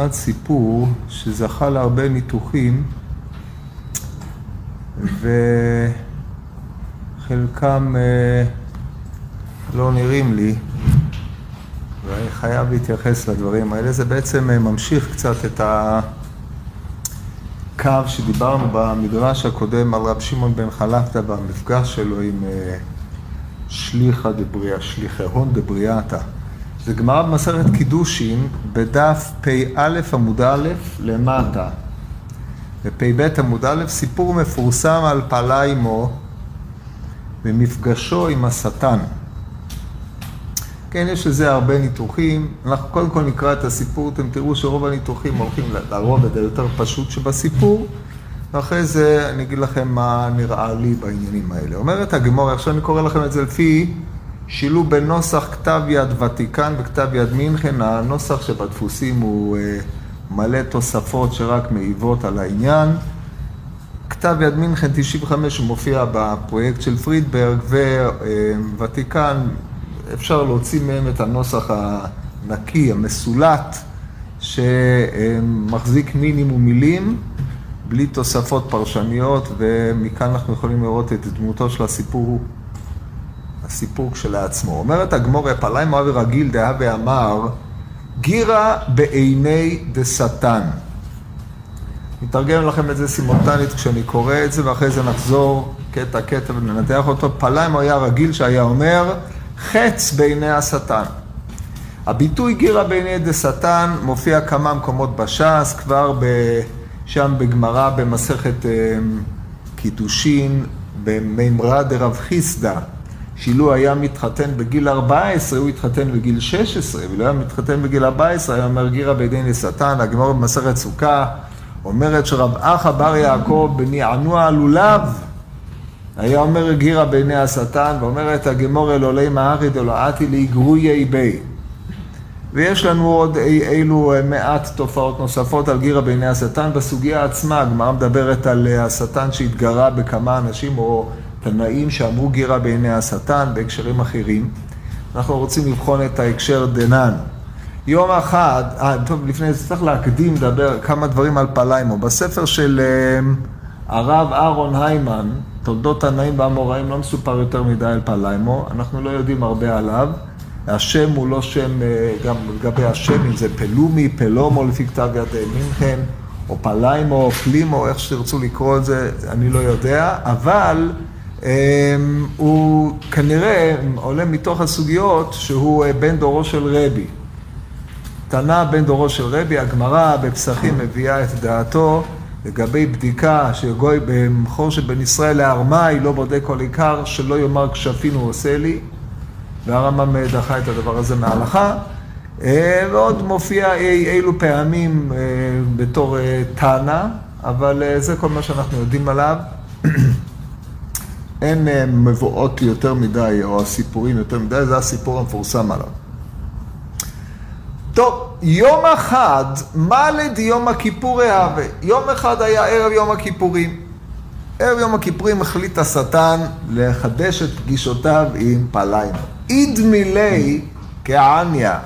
נלמד סיפור שזכה להרבה ניתוחים, וחלקם לא נראים לי, ואני חייב להתייחס לדברים האלה. זה בעצם ממשיך קצת את הקו שדיברנו במדרש הקודם על רב שמעון בן חלפתא במפגש שלו עם שליחא דבריאתא. זה גמרא במסכת קידושין בדף פ"א עמוד א' למטה. בפ"ב עמוד א' סיפור מפורסם על פליימו במפגשו עם השטן. כן, יש לזה הרבה ניתוחים. אנחנו קודם כל נקרא את הסיפור, אתם תראו שרוב הניתוחים הולכים לרובד היותר פשוט שבסיפור, ואחרי זה אני אגיד לכם מה נראה לי בעניינים האלה. אומרת הגמרא, עכשיו אני קורא לכם את זה לפי שילוב בין נוסח כתב יד ותיקן וכתב יד מינכן. הנוסח שבדפוסים הוא מלא תוספות שרק מעיבות על העניין. כתב יד מינכן 95 הוא מופיע בפרויקט של פרידברג, וותיקן אפשר להוציא מהם את הנוסח הנקי, המסולט, שמחזיק מינימום מילים, בלי תוספות פרשניות, ומכאן אנחנו יכולים לראות את דמותו של הסיפור כשלעצמו. אומרת הגמרא, פליימו אבי רגיל דהווה אמר, גירה בעיני דשטן. נתרגם לכם את זה סימולטנית כשאני קורא את זה, ואחרי זה נחזור קטע וננתח אותו. פליימו היה רגיל שהיה אומר, חץ בעיני השטן. הביטוי גירה בעיני דשטן מופיע כמה מקומות בש"ס, כבר שם בגמרא במסכת קידושין, במימרא דרב חיסדא, שאילו היה מתחתן בגיל 14, הוא התחתן בגיל 16, ולא היה מתחתן בגיל 14, היה אומר גירה בעיני דשטן. הגמרא במסכת סוכה אומרת שרב אחא בר יעקב בני ענוע לולב, היה אומר גירה בעיני השטן, ואומרת הגמרא אלוהי מארי דלואתי להיגרויי בי. ויש לנו עוד אילו מעט תופעות נוספות על גירה בעיני השטן. בסוגיה עצמה, הגמרא מדברת על השטן שהתגרה בכמה אנשים או תנאים שאמרו גירה בעיני השטן בהקשרים אחרים. אנחנו רוצים לבחון את ההקשר דנן. יום אחד, טוב, לפני זה צריך להקדים לדבר כמה דברים על פליימו. בספר של הרב אהרון היימן, תולדות תנאים והאמוראים, לא מסופר יותר מדי על פליימו, אנחנו לא יודעים הרבה עליו. השם הוא לא שם, גם לגבי השם, אם זה פלומי, פלומו לפי כתב יד מינכן, או פליימו, או פלימו, איך שתרצו לקרוא את זה, אני לא יודע, אבל הוא כנראה עולה מתוך הסוגיות שהוא בן דורו של רבי. תנא בן דורו של רבי. הגמרא בפסחים מביאה את דעתו לגבי בדיקה שגוי במחור שבין ישראל לארמאי לא בודק כל עיקר, שלא יאמר כשפין הוא עושה לי, והרמב"ם דחה את הדבר הזה מההלכה. ועוד מופיע אילו פעמים בתור טענה, אבל זה כל מה שאנחנו יודעים עליו. אין מבואות יותר מדי, או הסיפורים יותר מדי, זה הסיפור המפורסם עליו. טוב, יום אחד, מה לדיום הכיפור ההווה? יום אחד היה ערב יום הכיפורים. ערב יום הכיפורים החליט השטן לחדש את פגישותיו עם פליימו. אידמילי כעניה,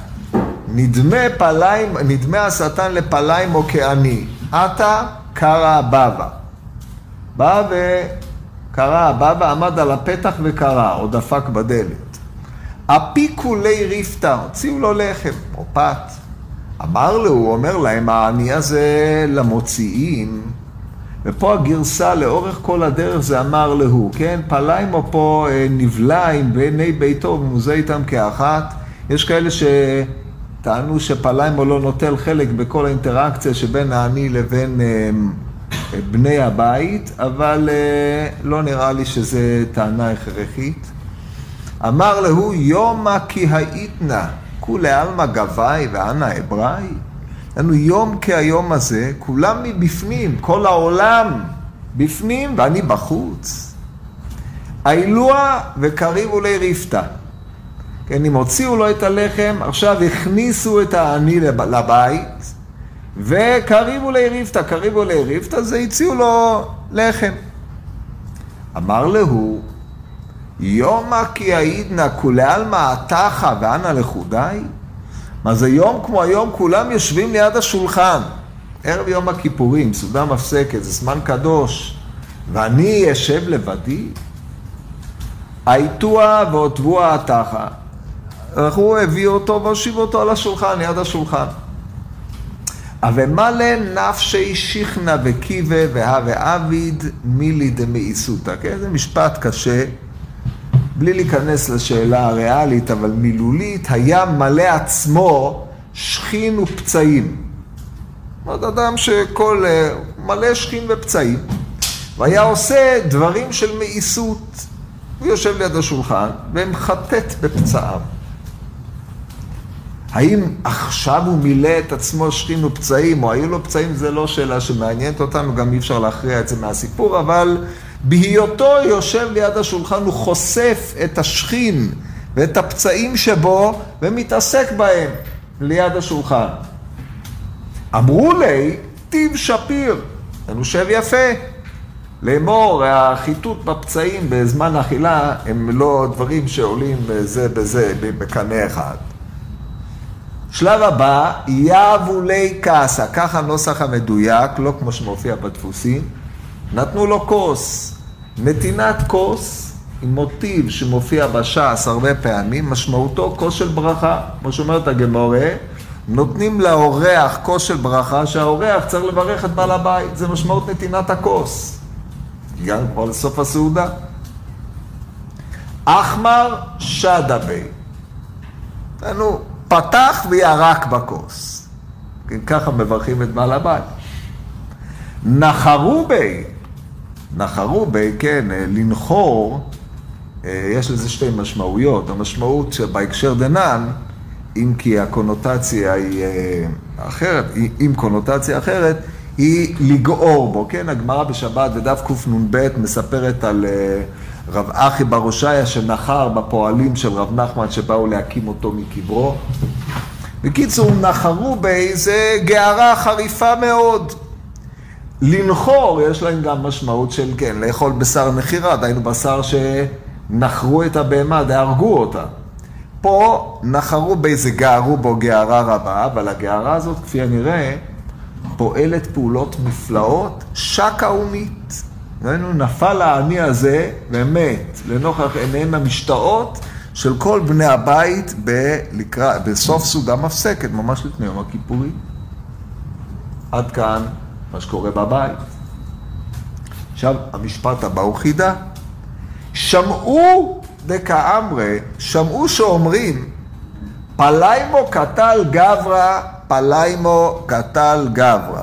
נדמה השטן לפליימו כעני, אתה קרא הבבא. בא וקרא הבבא, עמד על הפתח וקרא, או דפק בדלת. אפיקו לי ריפתא, הוציאו לו לחם, או פת. אמר לו, הוא אומר להם, העני הזה למוציאים, ופה הגרסה לאורך כל הדרך זה אמר לו, כן? פליימו פה נבלה עם בני ביתו ומוזא איתם כאחת. יש כאלה שטענו שפליימו לא נוטל חלק בכל האינטראקציה שבין העני לבין בני הבית, אבל לא נראה לי שזה טענה הכרחית. אמר לו, יומא כי הייתנה, כולי עלמא גבאי ואנא אבראי. לנו יום כהיום הזה, כולם מבפנים, כל העולם בפנים ואני בחוץ. אילוה וקריבו לי ריפתא. כן, אם הוציאו לו את הלחם, עכשיו הכניסו את העני לבית, וקריבו לי ריפתא. קריבו לי ריפתא זה הציעו לו לחם. אמר לו, יומא כי הייתנה כולי עלמא עתך ואנא לחודי. מה זה יום כמו היום, כולם יושבים ליד השולחן. ערב יום הכיפורים, סעודה מפסקת, זה זמן קדוש. ואני אשב לבדי? הייתוה והותבוה התחה. הוא הביא אותו והושיב אותו על השולחן, ליד השולחן. אבל מלא נפשי שכנה וקיבה והווה אביד מילי דמאיסותא. כן? זה משפט קשה, בלי להיכנס לשאלה הריאלית, אבל מילולית, היה מלא עצמו שכין ופצעים. עוד אדם שכל מלא שכין ופצעים, והיה עושה דברים של מאיסות. הוא יושב ליד השולחן ומחטט בפצעיו. האם עכשיו הוא מילא את עצמו שכין ופצעים, או היו לו פצעים, זה לא שאלה שמעניינת אותנו, גם אי אפשר להכריע את זה מהסיפור, אבל בהיותו יושב ליד השולחן, הוא חושף את השכין ואת הפצעים שבו, ומתעסק בהם ליד השולחן. אמרו לי, טיב שפיר, הוא שב יפה. לאמור, החיטוט בפצעים בזמן אכילה, הם לא דברים שעולים זה בזה, בקנה אחד. שלב הבא, יאבו לי כעסה, ככה הנוסח המדויק, לא כמו שמופיע בדפוסים, נתנו לו כוס. נתינת כוס עם מוטיב שמופיע בש"ס הרבה פעמים, משמעותו כוס של ברכה. כמו שאומרת הגמורה, נותנים לאורח כוס של ברכה, שהאורח צריך לברך את בעל הבית, זה משמעות נתינת הכוס. הגענו כבר לסוף הסעודה. אחמר שדה בי. פתח וירק בכוס. ככה מברכים את בעל הבית. נחרו בי. נחרו בי, כן, לנחור, יש לזה שתי משמעויות. המשמעות שבהקשר דנן, אם כי הקונוטציה היא אחרת, עם קונוטציה אחרת, היא לגעור בו, כן? הגמרא בשבת בדף קנ"ב מספרת על רב אחי בר הושעיה שנחר בפועלים של רב נחמן שבאו להקים אותו מקברו. בקיצור, נחרו בי זה גערה חריפה מאוד. לנחור יש להם גם משמעות של, כן, לאכול בשר נחירה, דיינו בשר שנחרו את הבהמה, דהרגו אותה. פה נחרו בי זה גערו בו גערה רבה, אבל הגערה הזאת, כפי הנראה, פועלת פעולות מפלאות, שקה ומית. נפל העני הזה, באמת, לנוכח עיניהם המשתאות של כל בני הבית בסוף סעודה מפסקת, ממש לפני יום הכיפורים. עד כאן מה שקורה בבית. עכשיו, המשפט הבא הוא חידה. שמעו דקאמרי, שמעו שאומרים, פליימו קטל גברא, פליימו קטל גברא.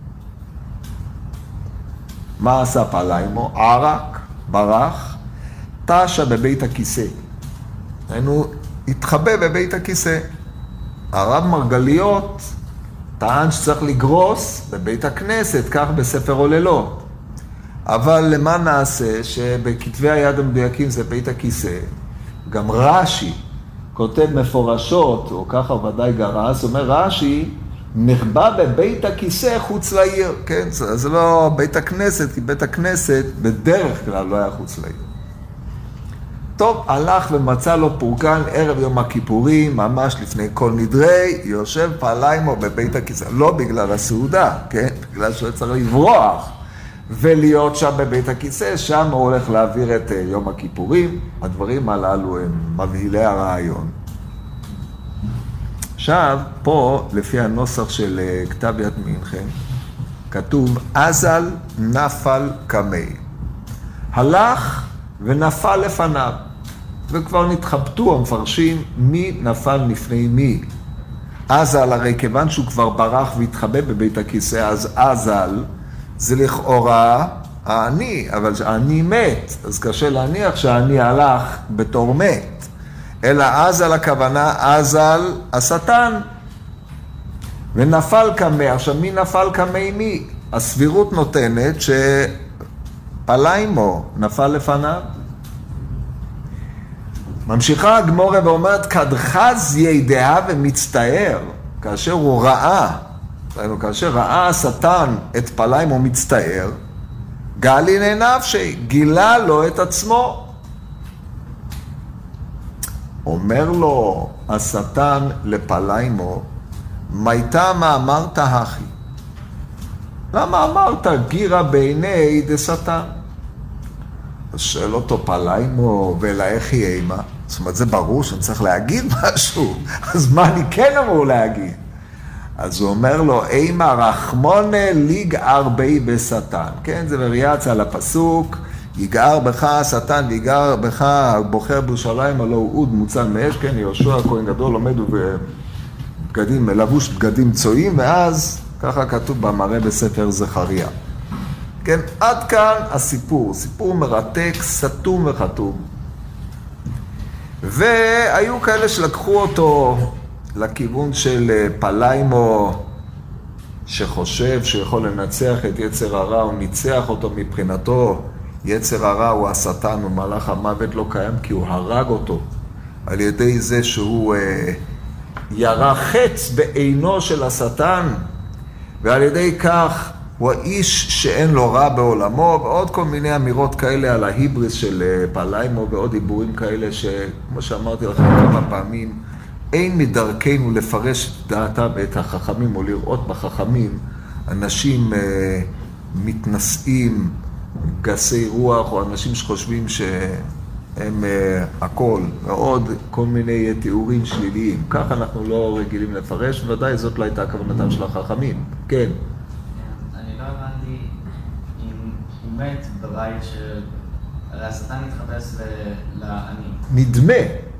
מה עשה פליימו? ערק, ברח, תשה בבית הכיסא. היינו התחבא בבית הכיסא. הרב מרגליות טען שצריך לגרוס בבית הכנסת, כך בספר הוללות. אבל למה נעשה שבכתבי היד המדויקים זה בית הכיסא? גם רש"י כותב מפורשות, או ככה ודאי גרס, אומר רש"י, נחבא בבית הכיסא חוץ לעיר, כן? זה לא בית הכנסת, כי בית הכנסת בדרך כלל לא היה חוץ לעיר. טוב, הלך ומצא לו פורקן ערב יום הכיפורים, ממש לפני כל נדרי, יושב פליימו בבית הכיסא, לא בגלל הסעודה, כן? בגלל שהוא צריך לברוח ולהיות שם בבית הכיסא, שם הוא הולך להעביר את יום הכיפורים. הדברים הללו הם מבהילי הרעיון. עכשיו, פה, לפי הנוסח של כתב יד מינכן, כתוב, אזל נפל קמי. הלך ונפל לפניו. וכבר נתחבטו המפרשים מי נפל לפני מי. אזל, הרי כיוון שהוא כבר ברח והתחבא בבית הכיסא, אז אזל זה לכאורה העני, אבל העני מת, אז קשה להניח שהעני הלך בתור מת. אלא אזל הכוונה, אזל השטן. ונפל קמי, עכשיו מי נפל קמי מי? הסבירות נותנת שפליימו נפל לפניו. ממשיכה הגמורה ואומרת, כדחז ידעה ומצטער, כאשר הוא ראה, כאשר ראה השטן את פליימו מצטער, גלי נפשי, גילה לו את עצמו. אומר לו השטן לפליימו, מייתה מה אמרת הכי? למה אמרת גירה בעיני דשטן? אז שואל אותו פליימו, ואלה איך היא אימה? זאת אומרת, זה ברור שאני צריך להגיד משהו, אז מה אני כן אמור להגיד? אז הוא אומר לו, אימה רחמונה ליגער בי בשטן. כן, זה וריאציה על הפסוק, יגער בך השטן ויגער בך בוחר בירושלים, הלא הוא אוד מוצל מאש, כן, יהושע הכהן גדול עומד ובגדים, לבוש בגדים צועים, ואז ככה כתוב במראה בספר זכריה. כן, עד כאן הסיפור, סיפור מרתק, סתום וחתום. והיו כאלה שלקחו אותו לכיוון של פליימו, שחושב שיכול לנצח את יצר הרע, הוא ניצח אותו מבחינתו. יצר הרע הוא השטן, הוא מלאך המוות לא קיים כי הוא הרג אותו על ידי זה שהוא ירה חץ בעינו של השטן, ועל ידי כך הוא האיש שאין לו רע בעולמו, ועוד כל מיני אמירות כאלה על ההיבריס של פליימו, ועוד דיבורים כאלה שכמו שאמרתי לכם כמה פעמים, אין מדרכנו לפרש את דעתה ואת החכמים, או לראות בחכמים אנשים מתנשאים, גסי רוח, או אנשים שחושבים שהם הכל, ועוד כל מיני תיאורים שליליים. כך אנחנו לא רגילים לפרש, ודאי זאת לא הייתה כוונתם של החכמים. כן. אני לא הבנתי אם מת בבית של... הרי השטן מתחפש לעני. נדמה.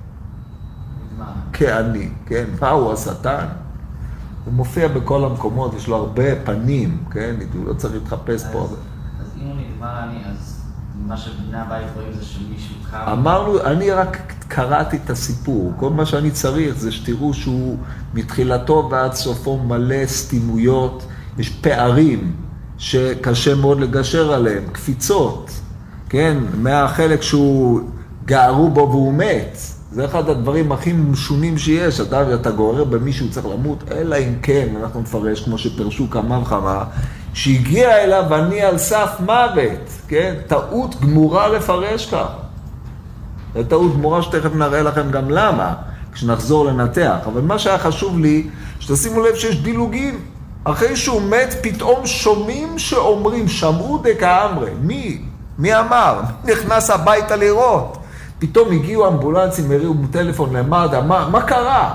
כעני, כן? מהו השטן? הוא מופיע בכל המקומות, יש לו הרבה פנים, כן? הוא לא צריך להתחפש פה. אז אם הוא נדמה לעני, אז מה שבני הבית רואים זה שמישהו קם... אמרנו, אני רק קראתי את הסיפור. כל מה שאני צריך זה שתראו שהוא מתחילתו ועד סופו מלא סתימויות, יש פערים שקשה מאוד לגשר עליהם, קפיצות, כן? מהחלק שהוא גערו בו והוא מת. זה אחד הדברים הכי משונים שיש, אתה גורר במישהו צריך למות, אלא אם כן, אנחנו נפרש כמו שפרשו כמה וכמה, שהגיע אליו ואני על סף מוות, כן? טעות גמורה לפרש כך. זו טעות גמורה שתכף נראה לכם גם למה, כשנחזור לנתח. אבל מה שהיה חשוב לי, שתשימו לב שיש דילוגים. אחרי שהוא מת, פתאום שומעים שאומרים, שמעו דקאמרי. מי אמר? נכנס הביתה לראות. פתאום הגיעו אמבולנסים, הריעו בטלפון למד"א, מה קרה?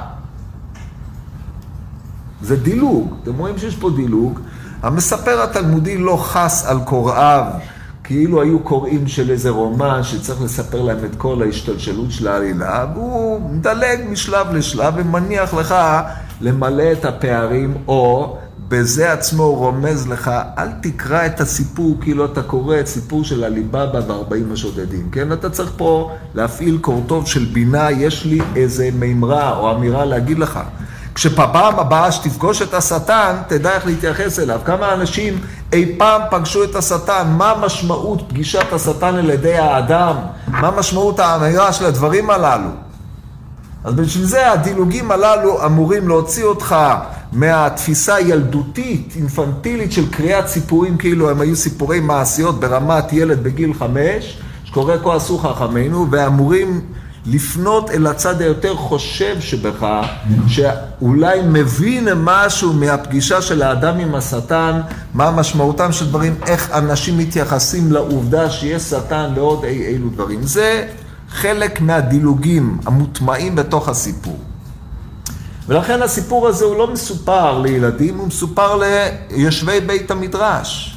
זה דילוג, אתם רואים שיש פה דילוג. המספר התלמודי לא חס על קוראיו, כאילו היו קוראים של איזה רומן שצריך לספר להם את כל ההשתלשלות של העלילה, והוא מדלג משלב לשלב ומניח לך למלא את הפערים, או בזה עצמו הוא רומז לך, אל תקרא את הסיפור כאילו אתה קורא את סיפור של עליבאבא ו40 השודדים, כן? אתה צריך פה להפעיל קורטוב של בינה, יש לי איזה מימרה או אמירה להגיד לך. כשפעם הבאה שתפגוש את השטן, תדע איך להתייחס אליו. כמה אנשים אי פעם פגשו את השטן, מה משמעות פגישת השטן על ידי האדם? מה משמעות האמירה של הדברים הללו? אז בשביל זה הדילוגים הללו אמורים להוציא אותך מהתפיסה הילדותית, אינפנטילית של קריאת סיפורים, כאילו הם היו סיפורי מעשיות ברמת ילד בגיל 5, שקורא כה עשו חכמינו, ואמורים לפנות אל הצד היותר חושב שבך, שאולי מבין משהו מהפגישה של האדם עם השטן, מה משמעותם של דברים, איך אנשים מתייחסים לעובדה שיש שטן לעוד אילו דברים. זה חלק מהדילוגים המוטמעים בתוך הסיפור. ולכן הסיפור הזה הוא לא מסופר לילדים, הוא מסופר ליושבי בית המדרש.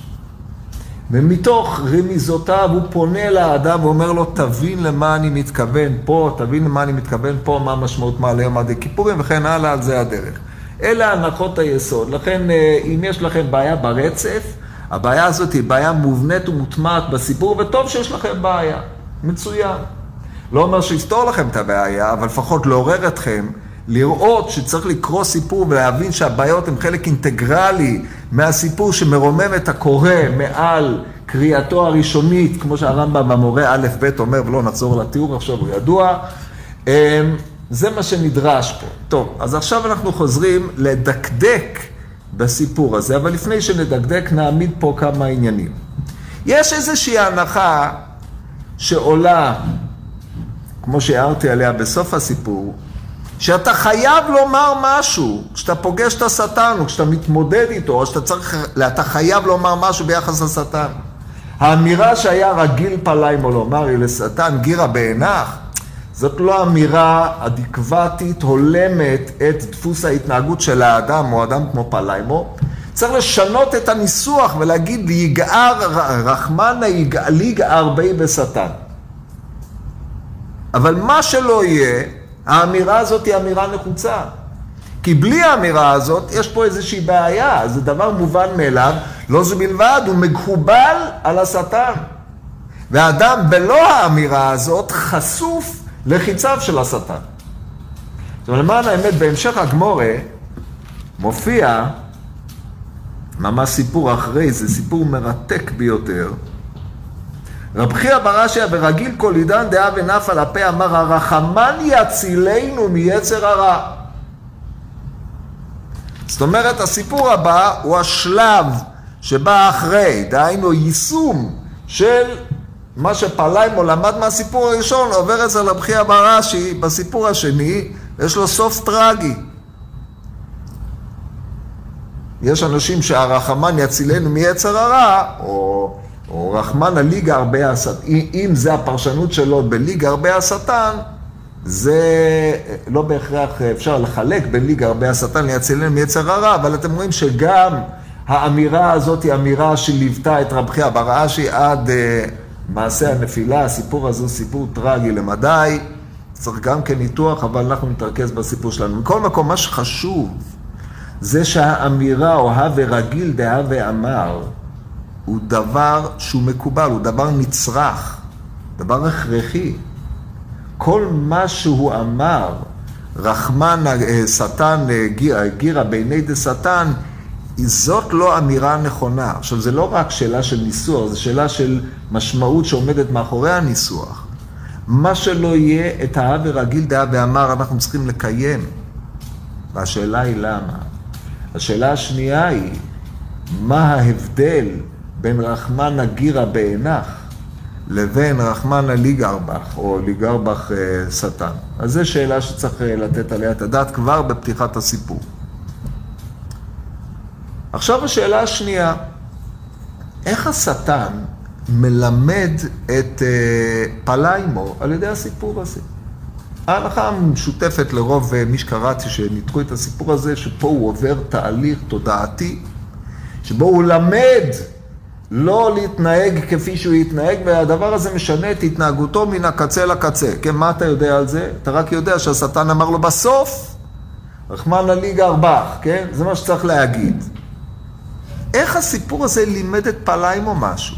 ומתוך רמיזותיו הוא פונה לאדם ואומר לו, תבין למה אני מתכוון פה, תבין למה אני מתכוון פה, מה המשמעות מעלה יום עד הכיפורים, וכן הלאה, על זה הדרך. אלה הנחות היסוד. לכן אם יש לכם בעיה ברצף, הבעיה הזאת היא בעיה מובנית ומוטמעת בסיפור, וטוב שיש לכם בעיה. מצוין. לא אומר שיפתור לכם את הבעיה, אבל לפחות לעורר אתכם, לראות שצריך לקרוא סיפור ולהבין שהבעיות הן חלק אינטגרלי מהסיפור שמרומם את הקורא מעל קריאתו הראשונית, כמו שהרמב"ם במורה א' ב' אומר, ולא נחזור לתיאור, עכשיו הוא ידוע. זה מה שנדרש פה. טוב, אז עכשיו אנחנו חוזרים לדקדק בסיפור הזה, אבל לפני שנדקדק נעמיד פה כמה עניינים. יש איזושהי הנחה שעולה, כמו שהערתי עליה בסוף הסיפור, שאתה חייב לומר משהו, כשאתה פוגש את השטן, או כשאתה מתמודד איתו, או אתה חייב לומר משהו ביחס לשטן. האמירה שהיה רגיל פליימו לומר היא לשטן, גירה בעינך, זאת לא אמירה אדיקבטית, הולמת את דפוס ההתנהגות של האדם, או אדם כמו פליימו. צריך לשנות את הניסוח ולהגיד, רחמנה יגאר בי בשטן. אבל מה שלא יהיה, האמירה הזאת היא אמירה נחוצה. כי בלי האמירה הזאת, יש פה איזושהי בעיה. זה דבר מובן מאליו, לא זו בלבד, הוא מקובל על השטן. והאדם בלא האמירה הזאת חשוף לחיציו של השטן. זאת אומרת, למען האמת, בהמשך הגמורה מופיע, ממש סיפור אחרי, זה סיפור מרתק ביותר. רב חייא בר אשיא ברגיל כל עידן דעה ונף על הפה אמר, הרחמן יצילנו מיצר הרע. זאת אומרת, הסיפור הבא הוא השלב שבא אחרי, דהיינו יישום של מה שפליימו למד מהסיפור הראשון, עובר אצל רב חייא בר אשיא בסיפור השני, יש לו סוף טרגי. יש אנשים שהרחמן יצילנו מיצר הרע, או רחמן הליגה הרבה השטן, אם זה הפרשנות שלו בליגה הרבה השטן, זה לא בהכרח אפשר לחלק בין ליגה הרבה השטן ליצילנו מיצר הרע, אבל אתם רואים שגם האמירה הזאת היא אמירה שליוותה את רב חייא בר אשיא עד מעשה הנפילה. הסיפור הזה הוא סיפור טרגי למדי, צריך גם כן ניתוח, אבל אנחנו נתרכז בסיפור שלנו. מכל מקום, מה שחשוב זה שהאמירה או הווה רגיל דעה ואמר הוא דבר שהוא מקובל, הוא דבר נצרך, דבר הכרחי. כל מה שהוא אמר, רחמן שטן גירה בעיני דשטן, זאת לא אמירה נכונה. עכשיו, זה לא רק שאלה של ניסוח, זה שאלה של משמעות שעומדת מאחורי הניסוח. מה שלא יהיה, את ההווה רגיל דעה ואמר, אנחנו צריכים לקיים. והשאלה היא למה? השאלה השנייה היא, מה ההבדל בין רחמן הגירה בעינך לבין רחמן הליגרבך או ליגרבך שטן? אז זו שאלה שצריך לתת עליה את הדעת כבר בפתיחת הסיפור. עכשיו השאלה השנייה, איך השטן מלמד את פליימו על ידי הסיפור הזה? ההלכה המשותפת לרוב מי שקראתי שניתחו את הסיפור הזה, שפה הוא עובר תהליך תודעתי, שבו הוא למד לא להתנהג כפי שהוא יתנהג, והדבר הזה משנה את התנהגותו מן הקצה לקצה. כן, מה אתה יודע על זה? אתה רק יודע שהשטן אמר לו בסוף, רחמן הליגרבך, כן? זה מה שצריך להגיד. איך הסיפור הזה לימד את פליימו משהו?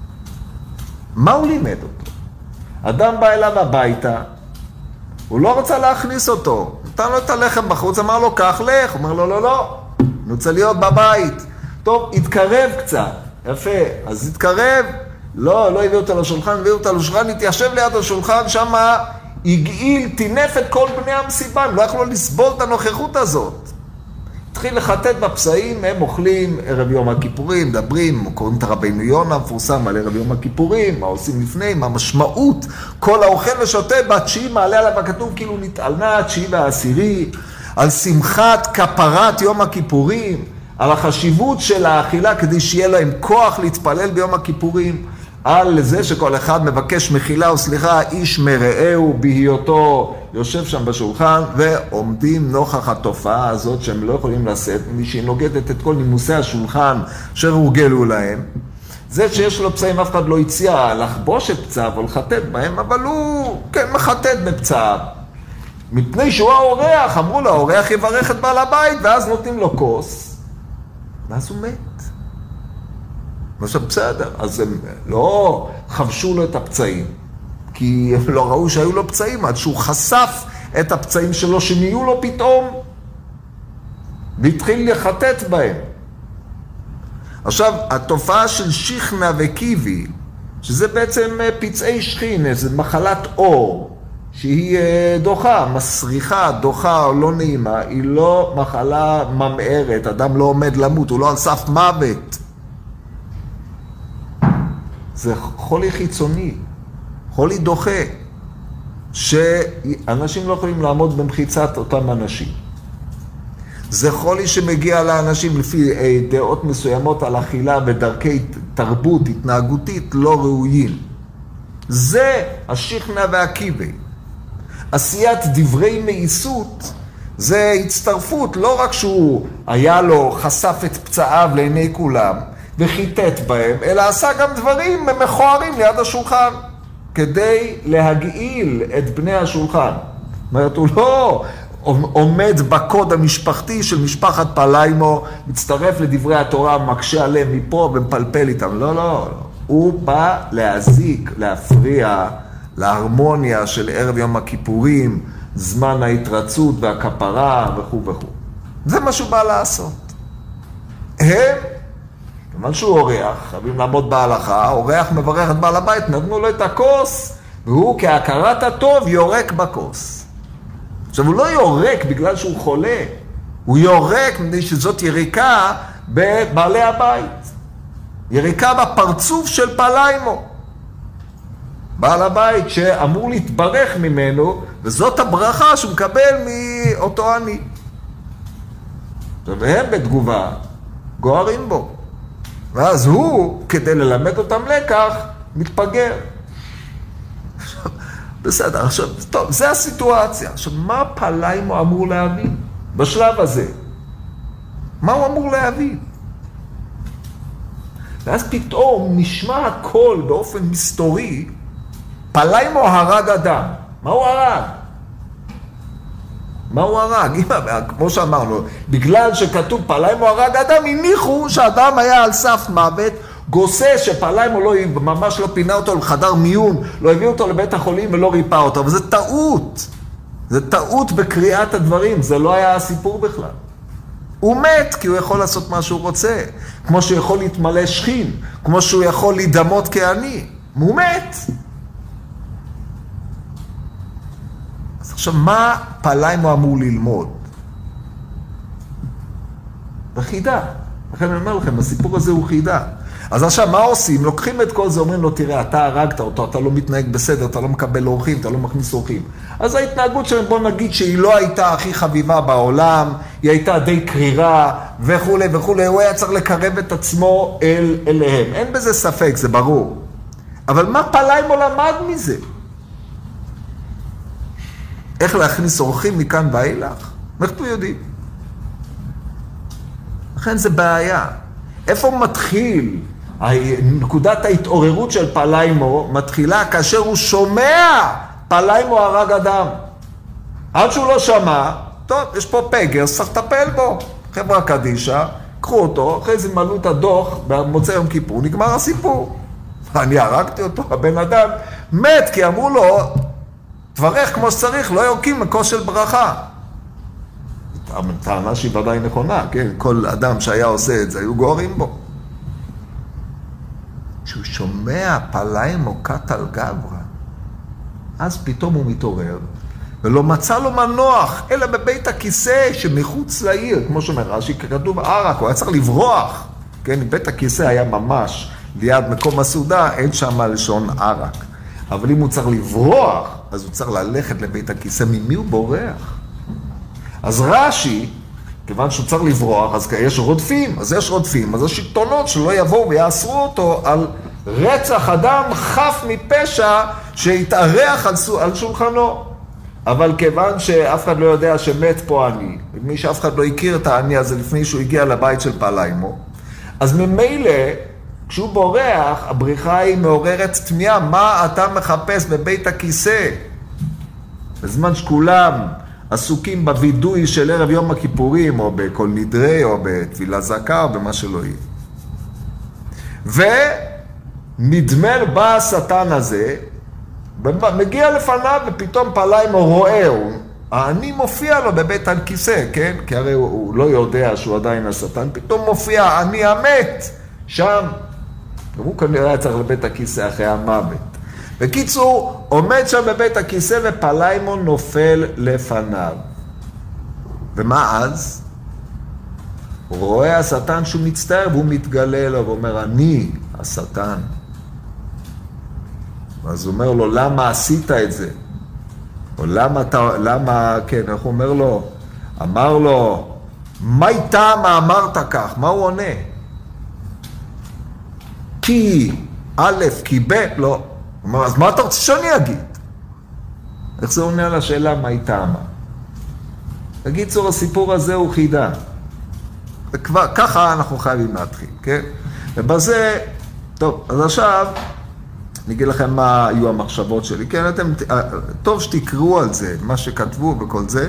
מה הוא לימד אותו? אדם בא אליו הביתה, הוא לא רוצה להכניס אותו, נתן לו את הלחם בחוץ, אמר לו, קח לך, הוא אומר לו, לא, לא, אני רוצה להיות בבית. טוב, התקרב קצת, יפה, אז התקרב, לא הביאו אותו לשולחן, הביאו אותו לשולחן, התיישב ליד השולחן, שם הגעיל, טינף את כל בני המסיבה, הם לא יכלו לסבול את הנוכחות הזאת. התחיל לחטט בפסעים, הם אוכלים ערב יום הכיפורים, מדברים, קוראים את הרבינו יונה, מפורסם על ערב יום הכיפורים, מה עושים לפני, מה המשמעות, כל האוכל ושותה בתשיעי מעלה עליו הכתוב כאילו נתעלנה, התשיעי והעשירי, על שמחת כפרת יום הכיפורים, על החשיבות של האכילה כדי שיהיה להם כוח להתפלל ביום הכיפורים, על זה שכל אחד מבקש מחילה או סליחה, איש מרעהו בהיותו יושב שם בשולחן, ועומדים נוכח התופעה הזאת שהם לא יכולים לשאת, מי שהיא נוגדת את כל נימוסי השולחן שהורגלו להם. זה שיש לו פצעים, אף אחד לא הציע לחבוש את פצעיו או לחטט בהם, אבל הוא כן מחטט בפצעיו. מפני שהוא האורח, אמרו לו, האורח יברך את בעל הבית, ואז נותנים לו כוס, ואז הוא מת. עכשיו בסדר, אז הם לא חבשו לו את הפצעים, כי הם לא ראו שהיו לו פצעים, עד שהוא חשף את הפצעים שלו שנהיו לו פתאום, והתחיל לחטט בהם. עכשיו, התופעה של שכנה וקיבי, שזה בעצם פצעי שכין, זה מחלת אור, שהיא דוחה, מסריחה, דוחה או לא נעימה, היא לא מחלה ממארת, אדם לא עומד למות, הוא לא על סף מוות. זה חולי חיצוני, חולי דוחה. שאנשים לא יכולים לעמוד במחיצת אותם אנשים. זה חולי שמגיע לאנשים לפי דעות מסוימות על אכילה ודרכי תרבות התנהגותית לא ראויים. זה השכנע והקיבי. עשיית דברי מאיסות זה הצטרפות, לא רק שהוא היה לו, חשף את פצעיו לעיני כולם וחיטט בהם, אלא עשה גם דברים מכוערים ליד השולחן, כדי להגעיל את בני השולחן. זאת אומרת, הוא לא עומד בקוד המשפחתי של משפחת פליימו, מצטרף לדברי התורה, מקשה עליהם מפה ומפלפל איתם. לא, לא. הוא בא להזיק, להפריע להרמוניה של ערב יום הכיפורים, זמן ההתרצות והכפרה וכו' וכו'. זה מה שהוא בא לעשות. הם, כיוון שהוא אורח, חייבים לעמוד בהלכה, אורח מברך את בעל הבית, נתנו לו את הכוס, והוא כהכרת הטוב יורק בכוס. עכשיו, הוא לא יורק בגלל שהוא חולה, הוא יורק מפני שזאת יריקה בבעלי הבית. יריקה בפרצוף של פליימו. בעל הבית שאמור להתברך ממנו, וזאת הברכה שהוא מקבל מאותו עני. והם בתגובה גוערים בו. ואז הוא, כדי ללמד אותם לקח, מתפגר. בסדר, עכשיו, טוב, זה הסיטואציה. עכשיו, מה פליימו אמור להבין בשלב הזה? מה הוא אמור להבין? ואז פתאום נשמע הכל באופן מסתורי, פליימו הרג אדם. מה הוא הרג? מה הוא הרג? כמו שאמרנו, בגלל שכתוב פליימו הרג אדם, הניחו שאדם היה על סף מוות, גוסס שפליימו ממש לא פינה אותו לחדר מיון, לא הביא אותו לבית החולים ולא ריפא אותו, אבל זה טעות. זה טעות בקריאת הדברים, זה לא היה הסיפור בכלל. הוא מת כי הוא יכול לעשות מה שהוא רוצה, כמו שהוא יכול להתמלא שכין, כמו שהוא יכול להידמות כעני. הוא מת. אז עכשיו, מה פליימו אמור ללמוד? בחידה. לכן אני אומר לכם, הסיפור הזה הוא חידה. אז עכשיו, מה עושים? לוקחים את כל זה, אומרים לו, תראה, אתה הרגת אותו, אתה לא מתנהג בסדר, אתה לא מקבל אורחים, אתה לא מכניס אורחים. אז ההתנהגות שלהם, בוא נגיד שהיא לא הייתה הכי חביבה בעולם, היא הייתה די קרירה וכו' וכו', הוא היה צריך לקרב את עצמו אליהם. אין בזה ספק, זה ברור. אבל מה פליימו למד מזה? איך להכניס אורחים מכאן ואילך? אנחנו יודעים. לכן זה בעיה. איפה מתחיל? נקודת ההתעוררות של פליימו מתחילה כאשר הוא שומע פליימו הרג אדם. עד שהוא לא שמע, טוב, יש פה פגר, צריך לטפל בו. חברה קדישה, קחו אותו, אחרי זה מלאו את הדוח, במוצאי יום כיפור, נגמר הסיפור. אני הרגתי אותו, הבן אדם מת, כי אמרו לו, תברך כמו שצריך, לא יורקים מכוס של ברכה. טענה שהיא ודאי נכונה, כן? כל אדם שהיה עושה את זה, היו גוערים בו. כשהוא שומע פליימו קטל גברא, אז פתאום הוא מתעורר, ולא מצא לו מנוח, אלא בבית הכיסא שמחוץ לעיר, כמו שאומר רש"י, ככתוב ערק, הוא היה צריך לברוח, כן? בית הכיסא היה ממש ליד מקום הסעודה, אין שם לשון ערק. אבל אם הוא צריך לברוח, אז הוא צריך ללכת לבית הכיסא. ממי הוא בורח? אז רש"י, כיוון שהוא צריך לברוח, אז יש רודפים, אז השלטונות שלא יבואו ויאסרו אותו על רצח אדם חף מפשע שהתארח על שולחנו. אבל כיוון שאף אחד לא יודע שמת פה עני, מי שאף אחד לא הכיר את העני הזה לפני שהוא הגיע לבית של פליימו, אז ממילא, כשהוא בורח, הבריחה היא מעוררת תמיהה, מה אתה מחפש בבית הכיסא? בזמן שכולם עסוקים בווידוי של ערב יום הכיפורים, או בכל נדרי, או בתפילה זכה, או במה שלא יהיה. ונדמר בא השטן הזה, מגיע לפניו, ופתאום פליימו רואה, העני מופיע לו בבית הכיסא, כן? כי הרי הוא לא יודע שהוא עדיין השטן, פתאום מופיע העני המת, שם. הוא כנראה היה צריך לבית הכיסא אחרי המוות. בקיצור, עומד שם בבית הכיסא ופליימו נופל לפניו. ומה אז? הוא רואה השטן שהוא מצטער והוא מתגלה לו ואומר, אני השטן. אז הוא אומר לו, למה עשית את זה? או למה, כן, איך הוא אומר לו? אמר לו, מה איתה מה אמרת כך? מה הוא עונה? כי א', כי ב', לא. הוא אומר, אז מה אתה רוצה שאני אגיד? איך זה עונה על השאלה מה איתה מה? בקיצור, הסיפור הזה הוא חידה. וכבר, ככה אנחנו חייבים להתחיל, כן? ובזה, טוב, אז עכשיו, אני אגיד לכם מה היו המחשבות שלי. כן, טוב שתקראו על זה, מה שכתבו וכל זה.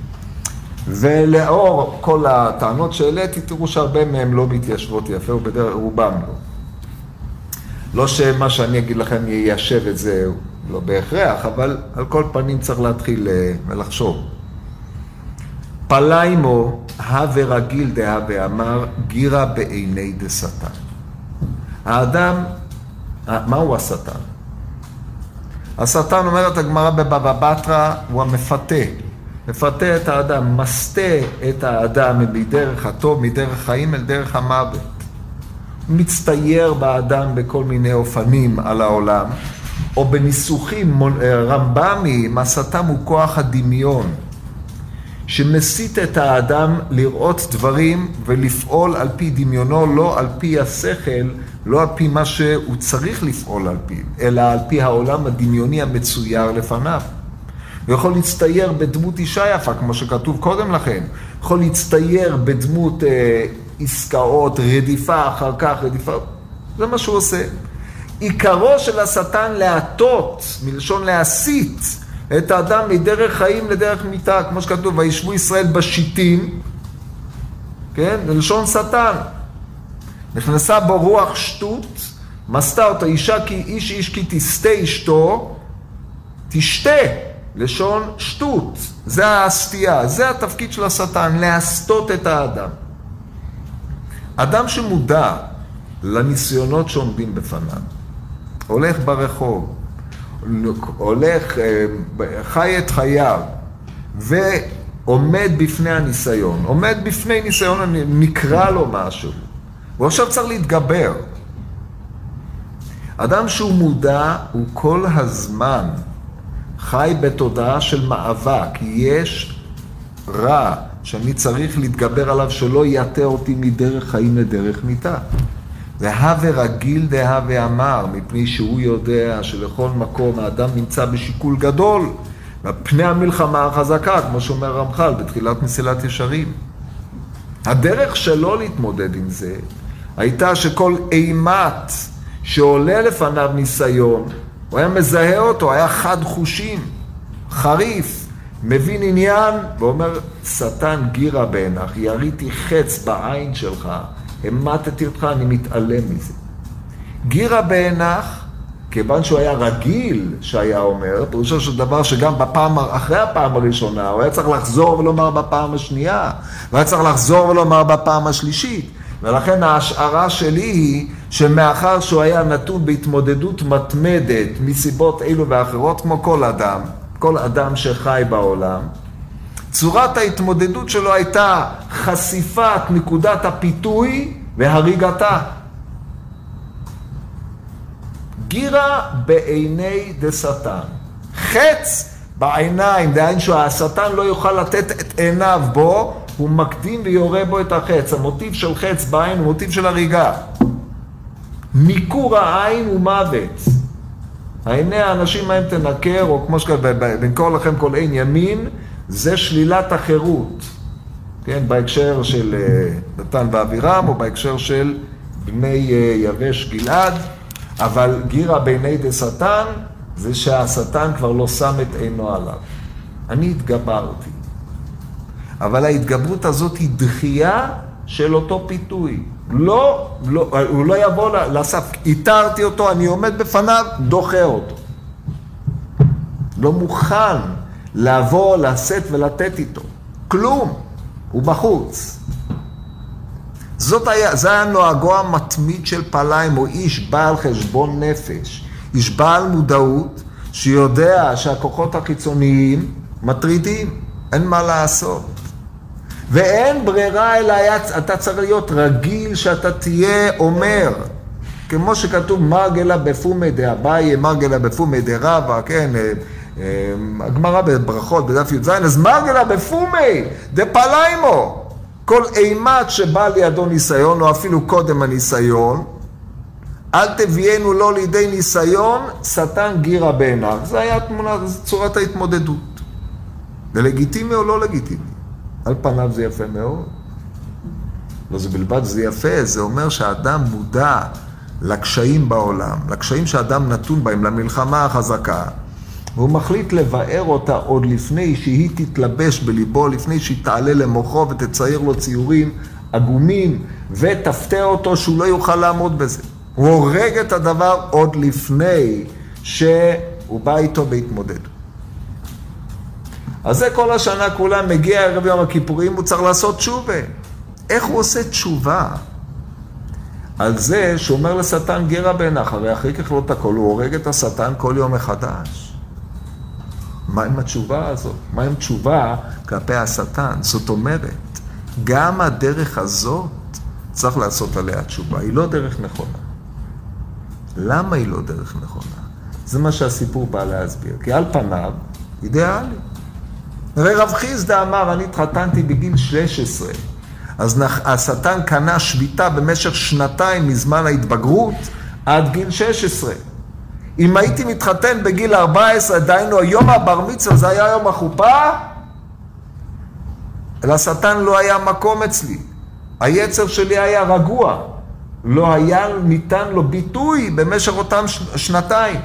ולאור כל הטענות שהעליתי, תראו שהרבה מהם לא מתיישבות יפה, ובדרך רובם לא. לא שמה שאני אגיד לכם יישב את זה, לא בהכרח, אבל על כל פנים צריך להתחיל ולחשוב. פליימו, הווה רגיל דהווה אמר, גירה בעיני דשטן. האדם, מהו השטן? השטן, אומרת הגמרא בבבא בתרא, הוא המפתה. מפתה את האדם, מסתה את האדם מדרך הטוב, מדרך חיים אל דרך המוות. הוא מצטייר באדם בכל מיני אופנים על העולם, או בניסוחים רמב"מיים, השטן הוא כוח הדמיון, שמסית את האדם לראות דברים ולפעול על פי דמיונו, לא על פי השכל, לא על פי מה שהוא צריך לפעול על פי, אלא על פי העולם הדמיוני המצויר לפניו. הוא יכול להצטייר בדמות אישה יפה, כמו שכתוב קודם לכן. יכול להצטייר בדמות עסקאות, רדיפה אחר כך, רדיפה. זה מה שהוא עושה. עיקרו של השטן להטות, מלשון להסית, את האדם מדרך חיים לדרך מיתה, כמו שכתוב, וישבו ישראל בשיטים, כן? מלשון שטן. נכנסה בו רוח שטות, מסתה אותה אישה כי איש כי תסתה אשתו, תשתה. לשון שטות, זה הסתייה, זה התפקיד של השטן, להסתות את האדם. אדם שמודע לניסיונות שעומדים בפניו, הולך ברחוב, הולך, חי את חייו, ועומד בפני הניסיון, עומד בפני ניסיון, נקרא לו משהו, ועכשיו צריך להתגבר. אדם שהוא מודע, הוא כל הזמן, חי בתודעה של מאבק, יש רע שאני צריך להתגבר עליו שלא יתה אותי מדרך חיים לדרך מיתה. והווה רגיל דהווה אמר, מפני שהוא יודע שלכל מקום האדם נמצא בשיקול גדול, בפני המלחמה החזקה, כמו שאומר רמח"ל בתחילת מסילת ישרים. הדרך שלו להתמודד עם זה, הייתה שכל אימת שעולה לפניו ניסיון, הוא היה מזהה אותו, היה חד חושים, חריף, מבין עניין, ואומר, שטן גירה בעינך, יריתי חץ בעין שלך, המתתי אותך, אני מתעלם מזה. גירה בעינך, כיוון שהוא היה רגיל, שהיה אומר, פירושו של דבר שגם אחרי הפעם הראשונה, הוא היה צריך לחזור ולומר בפעם השנייה, הוא היה צריך לחזור ולומר בפעם השלישית, ולכן ההשערה שלי היא שמאחר שהוא היה נתון בהתמודדות מתמדת מסיבות אלו ואחרות כמו כל אדם שחי בעולם, צורת ההתמודדות שלו הייתה חשיפת נקודת הפיתוי והריגתה. גירה בעיני דשטן. חץ בעיניים, דהיינו שהשטן לא יוכל לתת את עיניו בו, הוא מקדים ויורה בו את החץ. המוטיב של חץ בעין הוא מוטיב של הריגה. ניכור העין הוא מוות. העיני האנשים מהם תנקר, או כמו שבנקור לכם כל עין ימין, זה שלילת החירות. כן, בהקשר של נתן ואבירם, או בהקשר של בני יבש גלעד, אבל גירה בעיני דשטן, זה שהשטן כבר לא שם את עינו עליו. אני התגברתי. אבל ההתגברות הזאת היא דחייה של אותו פיתוי. לא, הוא לא יבוא לסף. איתרתי אותו, אני עומד בפניו, דוחה אותו. לא מוכן לבוא, לשאת ולתת איתו. כלום. הוא בחוץ. זה היה נוהגו המתמיד של פליים, או איש בעל חשבון נפש. איש בעל מודעות, שיודע שהכוחות החיצוניים מטרידים. אין מה לעשות. ואין ברירה אלא אתה צריך להיות רגיל שאתה תהיה אומר, כמו שכתוב מרגלה בפומי דאביי, מרגלה בפומי דרבא, כן, הגמרא בברכות, בדף י"ז, אז מרגלה בפומי, דפליימו, כל אימת שבא לידו ניסיון, או אפילו קודם הניסיון, אל תביאנו לו לידי ניסיון, שטן גירה בעיניו. זה היה תמונה, זו צורת ההתמודדות. זה לגיטימי או לא לגיטימי? על פניו זה יפה מאוד. לא זה בלבד, זה יפה, זה אומר שהאדם מודע לקשיים בעולם, לקשיים שהאדם נתון בהם, למלחמה החזקה, והוא מחליט לבאר אותה עוד לפני שהיא תתלבש בליבו, לפני שהיא תעלה למוחו ותצייר לו ציורים עגומים, ותפתע אותו שהוא לא יוכל לעמוד בזה. הוא הורג את הדבר עוד לפני שהוא בא איתו בהתמודד. אז זה כל השנה כולה, מגיע ערב יום הכיפורים, הוא צריך לעשות תשובה. איך הוא עושה תשובה? על זה שאומר לשטן גירה בעיניך, הרי אחרי ככלות הכל, הוא הורג את השטן כל יום מחדש. מה עם התשובה הזאת? מה עם תשובה כלפי השטן? זאת אומרת, גם הדרך הזאת צריך לעשות עליה תשובה. היא לא דרך נכונה. למה היא לא דרך נכונה? זה מה שהסיפור בא להסביר. כי על פניו, אידיאלי. הרי רב חיסדא אמר, אני התחתנתי בגיל 16. אז השטן קנה שביתה במשך 2 מזמן ההתבגרות עד גיל 16. אם הייתי מתחתן בגיל 14, דיינו, יום הבר מצווה, זה היה יום החופה, לשטן לא היה מקום אצלי. היצר שלי היה רגוע. לא היה ניתן לו ביטוי במשך אותם 2.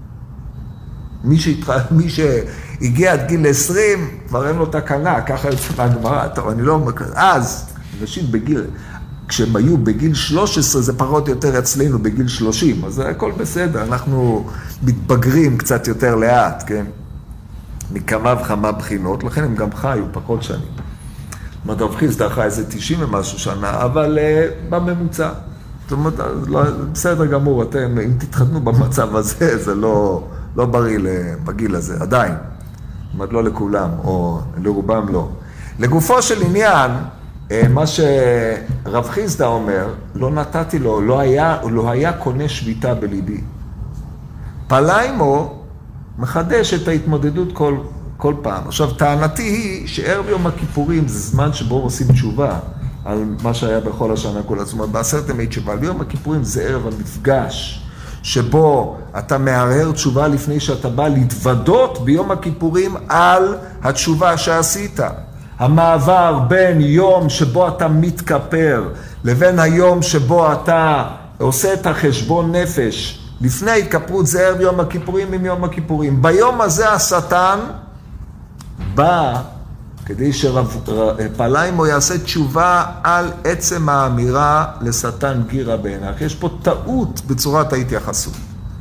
מי שהגיע עד גיל 20, כבר אין לו תקנה, ככה יוצא מהגמרא. טוב, אני לא... אז, ראשית בגיל... כשהם היו בגיל 13, זה פחות או יותר אצלנו בגיל 30, אז הכל בסדר, אנחנו מתבגרים קצת יותר לאט, כן? מכמה וכמה בחינות, לכן הם גם חיו פחות שנים. רב חיסדא חי איזה 90 ומשהו שנה, אבל בממוצע. זאת אומרת, בסדר גמור, אתם, אם תתחתנו במצב הזה, זה לא בריא בגיל הזה, עדיין. זאת אומרת, לא לכולם, או לרובם לא. לגופו של עניין, מה שרב חיסדא אומר, לא נתתי לו, לא היה קונה שביתה בליבי. פליימו מחדש את ההתמודדות כל פעם. עכשיו, טענתי היא שערב יום הכיפורים זה זמן שבו עושים תשובה על מה שהיה בכל השנה כולה. זאת אומרת, ב10 ימי תשובה. ביום הכיפורים זה ערב המפגש, שבו אתה מערער תשובה לפני שאתה בא להתוודות ביום הכיפורים על התשובה שעשית. המעבר בין יום שבו אתה מתכפר לבין היום שבו אתה עושה את החשבון נפש לפני ההתכפרות, זה ערב יום הכיפורים עם יום הכיפורים. ביום הזה השטן בא כדי שפליימו יעשה תשובה על עצם האמירה לשטן גירה בעיניך. יש פה טעות בצורת ההתייחסות.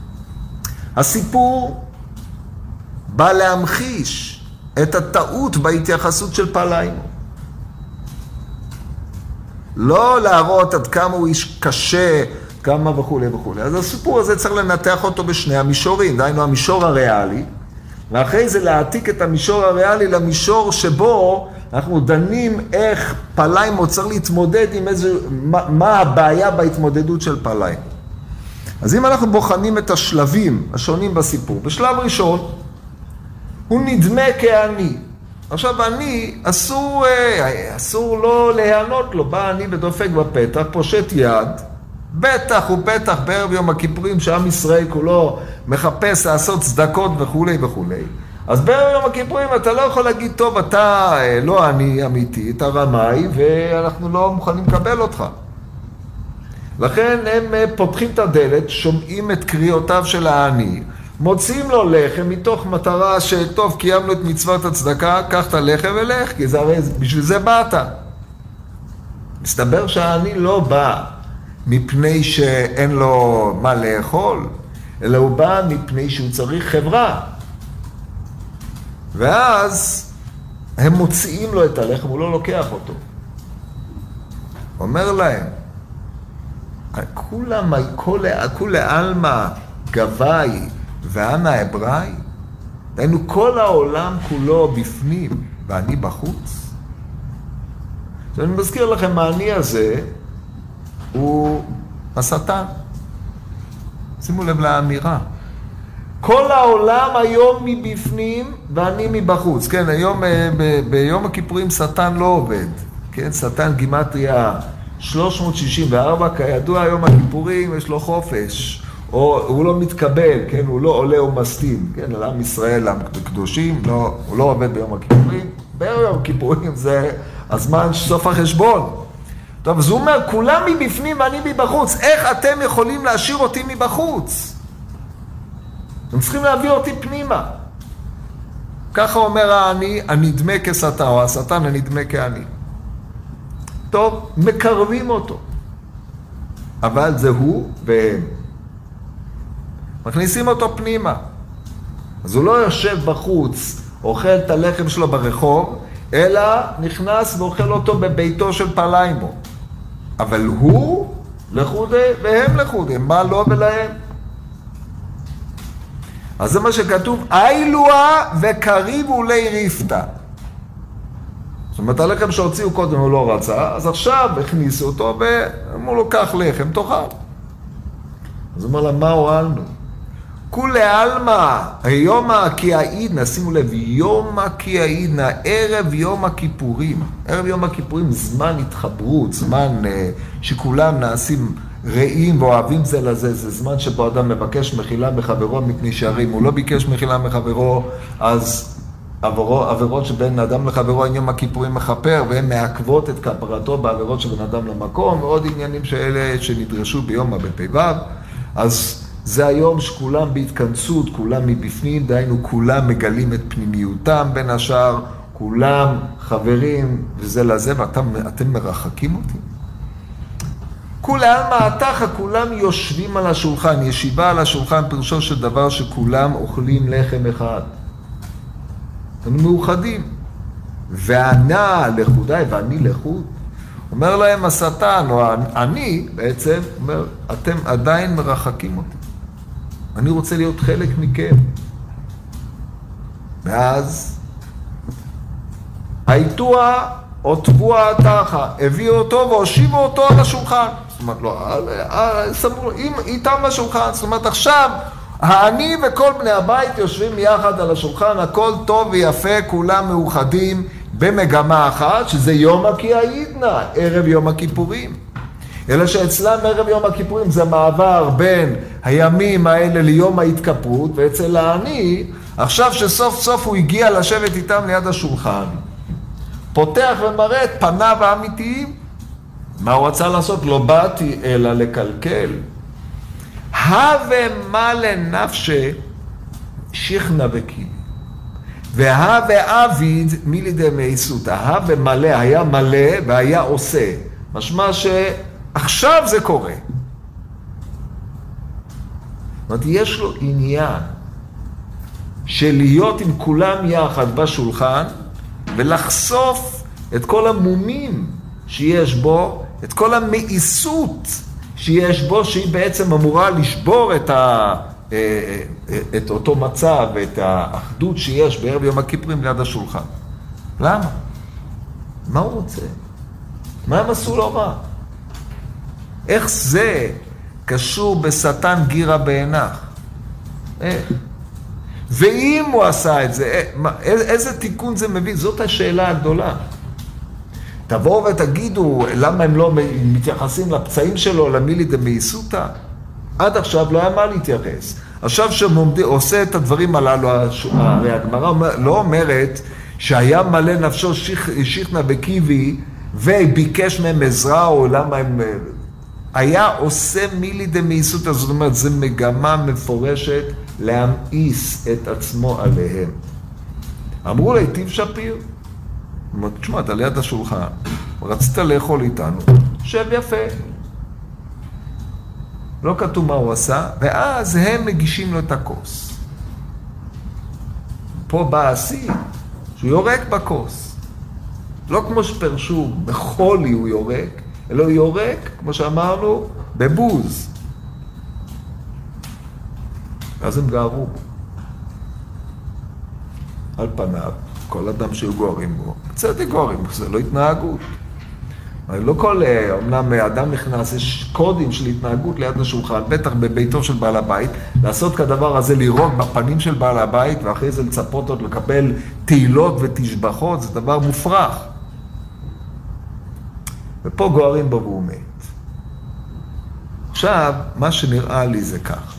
הסיפור בא להמחיש את הטעות בהתייחסות של פליימו. לא להראות עד כמה הוא איש קשה, כמה וכו' וכו'. אז הסיפור הזה צריך לנתח אותו בשני המישורים, דהיינו המישור הריאלי, ואחרי זה להעתיק את המישור הריאלי למישור שבו אנחנו דנים איך פליימו צריך להתמודד עם מה הבעיה בהתמודדות של פליימו. אז אם אנחנו בוחנים את השלבים השונים בסיפור, בשלב ראשון, הוא נדמה כעני. עכשיו, אני, אסור לא להיענות לו. בא אני בדופק בפתח, פושט יד, בטח ובטח בערב יום הכיפורים, שעם ישראל כולו מחפש לעשות צדקות וכו' וכו'. אז בערב יום הכיפורים אתה לא יכול להגיד, טוב, אתה לא אני אמיתי, אתה רמאי, ואנחנו לא מוכנים לקבל אותך. לכן הם פותחים את הדלת, שומעים את קריאותיו של העני, מוצאים לו לחם מתוך מטרה שטוב, קיימנו את מצוות הצדקה, קח את הלחם ולך, כי זה הרי בשביל זה באת. מסתבר שהעני לא בא מפני שאין לו מה לאכול, אלא הוא בא מפני שהוא צריך חברה. ואז הם מוציאים לו את הלחם, הוא לא לוקח אותו. אומר להם, כולי עלמא גבאי ואנה אבראי, דהיינו כל העולם כולו בפנים ואני בחוץ. אז אני מזכיר לכם, העני הזה הוא השטן. שימו לב לאמירה. כל העולם היום מבפנים ואני מבחוץ. כן, היום ביום הכיפורים שטן לא עובד. כן, שטן גימטריה 364, כידוע היום הכיפורים יש לו חופש. או הוא לא מתקבל, כן, הוא לא עולה או מסתים. כן, על עם ישראל, הקדושים, לא, הוא לא עובד ביום הכיפורים. ביום הכיפורים זה הזמן סוף החשבון. טוב, אז הוא אומר, כולם מבפנים ואני מבחוץ. איך אתם יכולים להשאיר אותי מבחוץ? הם צריכים להביא אותי פנימה. ככה אומר האני, הנדמה כשטן, או השטן הנדמה כאני. טוב, מקרבים אותו. אבל זה הוא והם. מכניסים אותו פנימה. אז הוא לא יושב בחוץ, אוכל את הלחם שלו ברחוב, אלא נכנס ואוכל אותו בביתו של פליימו. אבל הוא לחודי והם לחודי, מה לו ולהם? אז זה מה שכתוב, אילואה וקריבו לי ריפתא. זאת אומרת, הלחם שהוציאו קודם הוא לא רצה, אז עכשיו הכניסו אותו ואמרו לו, קח לחם, תאכל. אז הוא אומר לה, מה הועלנו? כולי עלמא, היום הכיעידנא, שימו לב, יום הכיעידנא, ערב יום הכיפורים. ערב יום הכיפורים זמן התחברות, זמן שכולם נעשים רעים ואוהבים זה לזה, זה זמן שבו אדם מבקש מחילה מחברו מפני שהרי אם הוא לא ביקש מחילה מחברו, אז עבירות שבין אדם לחברו אין יום הכיפורים מכפר, והן מעכבות את כפרתו בעבירות שבין אדם למקום, ועוד עניינים שאלה שנדרשו ביום בפ"ו. אז זה היום שכולם בהתכנסות, כולם מבפנים, דהיינו כולם מגלים את פנימיותם בין השאר, כולם חברים וזה לזה, ואתם מרחקים אותי. כולם מעתך, כולם יושבים על השולחן, ישיבה על השולחן, פירושו של דבר שכולם אוכלים לחם אחד. הם מאוחדים. וענה לחודי ואני לחוד. אומר להם השטן, או אני בעצם, אומר, אתם עדיין מרחקים אותי. אני רוצה להיות חלק מכם. ואז, היתוע או תבוע תחה, הביאו אותו והושיבו אותו על השולחן. זאת אומרת, לא, איתם לשולחן. זאת אומרת, עכשיו, האני וכל בני הבית יושבים יחד על השולחן, הכל טוב ויפה, כולם מאוחדים במגמה אחת, שזה יום הכיעידנא, ערב יום הכיפורים. אלא שאצלם ערב יום הכיפורים זה מעבר בין הימים האלה ליום ההתכפרות, ואצל האני, עכשיו שסוף סוף הוא הגיע לשבת איתם ליד השולחן, פותח ומראה את פניו האמיתיים. מה הוא רצה לעשות? לא באתי אלא לקלקל. הווה מלא נפשי שכנא וקיני. והווה אביד מילי דמייסותא. הווה מלא, היה מלא והיה עושה. משמע שעכשיו זה קורה. זאת אומרת, יש לו עניין של להיות עם כולם יחד בשולחן, ולחשוף את כל המומים שיש בו, את כל המאיסות שיש בו, שהיא בעצם אמורה לשבור את אותו מצב, את האחדות שיש בערב יום הכיפורים ליד השולחן. למה? מה הוא רוצה? מה הם עשו לו רע? איך זה קשור בשטן גירה בעינך? איך? ואם הוא עשה את זה, איזה תיקון זה מביא? זאת השאלה הגדולה. תבואו ותגידו, למה הם לא מתייחסים לפצעים שלו, למילי דמייסותא? עד עכשיו לא היה מה להתייחס. עכשיו שעושה את הדברים הללו, הרי הגמרא לא אומרת שהיה מלא נפשו שכנא וקיבי, וביקש מהם עזרה, או למה הם... היה עושה מילי דמייסותא, זאת אומרת, זו מגמה מפורשת להמאיס את עצמו עליהם. אמרו לה, טיב שפיר, אמרו, תשמע, אתה ליד השולחן, רצית לאכול איתנו, שב יפה. לא כתוב מה הוא עשה, ואז הם מגישים לו את הכוס. פה בא השיא, שהוא יורק בכוס. לא כמו שפרשו, בחולי הוא יורק, אלא הוא יורק, כמו שאמרנו, בבוז. אז הם גערו בו. על פניו, כל אדם שהיו גוערים בו, קצת גוערים בו, זה לא התנהגות. לא כל, אמנם אדם נכנס, יש קודים של התנהגות ליד השולחן, בטח בביתו של בעל הבית, לעשות כדבר הזה, לירוק בפנים של בעל הבית, ואחרי זה לצפות עוד לקבל תהילות ותשבחות, זה דבר מופרך. ופה גוערים בו והוא מת. עכשיו, מה שנראה לי זה כך.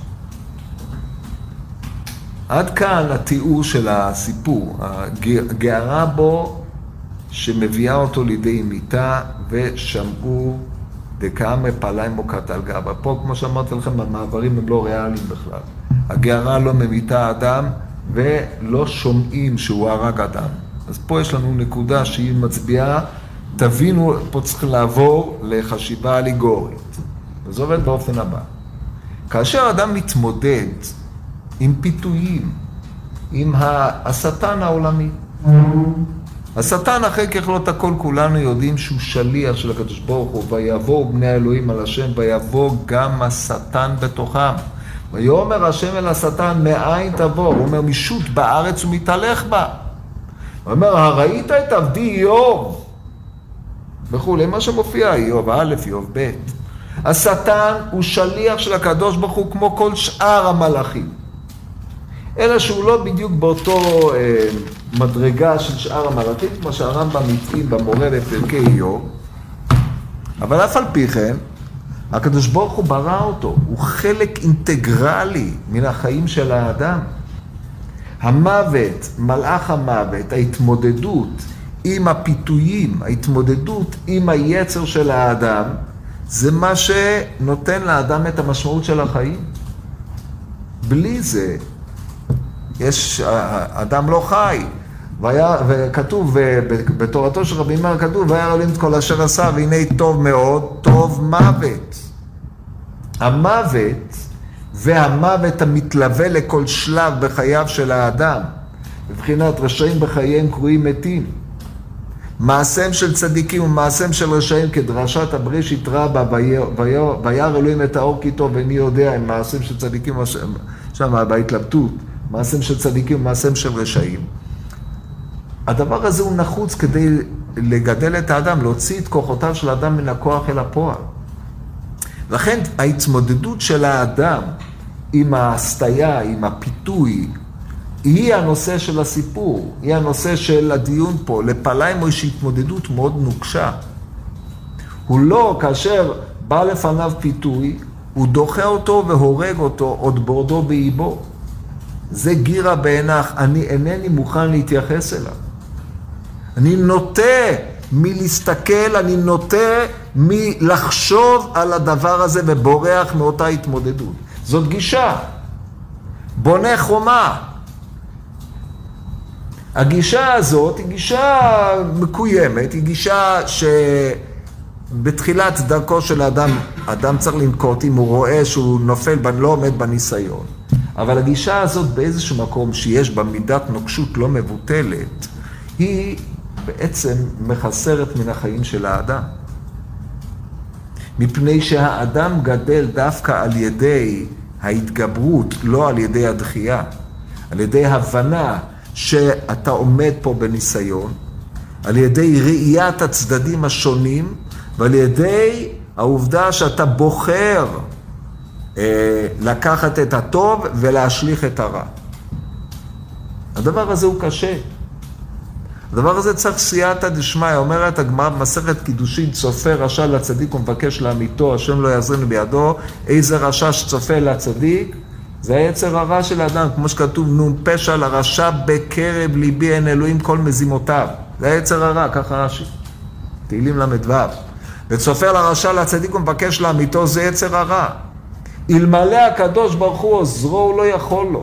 עד כאן התיאור של הסיפור, הגערה בו שמביאה אותו לידי מיתה ושמעו דקאמרי פעליים מוקת על גבה. פה, כמו שאמרתי לכם, המעברים הם לא ריאליים בכלל. הגערה לא ממיתה אדם ולא שומעים שהוא הרג אדם. אז פה יש לנו נקודה שהיא מצביעה, תבינו, פה צריך לעבור לחשיבה אליגורית. וזה עובד באופן הבא. כאשר אדם מתמודד עם פיתויים, עם השטן העולמי. השטן אחרי ככלות הכל כולנו יודעים שהוא שליח של הקדוש ברוך הוא, ויבואו בני האלוהים על השם, ויבוא גם השטן בתוכם. ויאמר השם אל השטן, מאין תבוא? הוא אומר, משוט בארץ ומתהלך בה. הוא אומר, הראית את עבדי איוב? וכולי, מה שמופיע, איוב א', איוב ב'. השטן הוא שליח של הקדוש ברוך הוא כמו כל שאר המלאכים. אלא שהוא לא בדיוק באותו מדרגה של שאר המלאכים, כמו שהרמב"ם מתאים במורה בפרקי איוב. אבל אף על פי כן, הקדוש ברוך הוא ברא אותו, הוא חלק אינטגרלי מן החיים של האדם. המוות, מלאך המוות, ההתמודדות עם הפיתויים, ההתמודדות עם היצר של האדם, זה מה שנותן לאדם את המשמעות של החיים. בלי זה, אדם לא חי. וכתוב, בתורתו של רבי מאיר כתוב, והיה אלוהים את כל אשר עשה, והנה טוב מאוד, טוב מוות. המוות והמוות המתלווה לכל שלב בחייו של האדם, בבחינת רשעים בחייהם קרויים מתים. מעשיהם של צדיקים ומעשיהם של רשעים כדרשת הבראשית רבה, וירא אלוהים את האור כי טוב, ואני יודע אם מעשיהם של צדיקים, שם בהתלבטות, מעשיהם של צדיקים ומעשיהם של רשעים. הדבר הזה הוא נחוץ כדי לגדל את האדם, להוציא את כוחותיו של האדם מן הכוח אל הפועל. לכן ההתמודדות של האדם עם ההסתיה, עם הפיתוי, היא הנושא של הסיפור, היא הנושא של הדיון פה. לפעליים יש התמודדות מאוד נוקשה. הוא לא, כאשר בא לפניו פיתוי, הוא דוחה אותו והורג אותו עוד בעודו באיבו. זה גירה בעינך, אני אינני מוכן להתייחס אליו. אני נוטה מלהסתכל, אני נוטה מלחשוב על הדבר הזה ובורח מאותה התמודדות. זאת גישה. בונה חומה. הגישה הזאת היא גישה מקוימת, היא גישה שבתחילת דרכו של האדם צריך לנקוט אם הוא רואה שהוא נופל, לא עומד בניסיון. אבל הגישה הזאת באיזשהו מקום שיש בה מידת נוקשות לא מבוטלת, היא בעצם מחסרת מן החיים של האדם. מפני שהאדם גדל דווקא על ידי ההתגברות, לא על ידי הדחייה, על ידי הבנה שאתה עומד פה בניסיון, על ידי ראיית הצדדים השונים, ועל ידי העובדה שאתה בוחר לקחת את הטוב ולהשליך את הרע. הדבר הזה הוא קשה. הדבר הזה צריך סייעתא דשמיא. אומרת הגמרא במסכת קידושין, צופה רשע לצדיק ומבקש לעמיתו, השם לא יעזרנו בידו. איזה רשע שצופה לצדיק? זה היצר הרע של האדם, כמו שכתוב, נון פשע לרשע בקרב ליבי אין אלוהים כל מזימותיו. זה היצר הרע, ככה רש"י. תהילים למדו. וצופה לרשע לצדיק ומבקש לעמיתו, זה יצר הרע. אלמלא הקדוש ברוך הוא עוזרו, הוא לא יכול לו.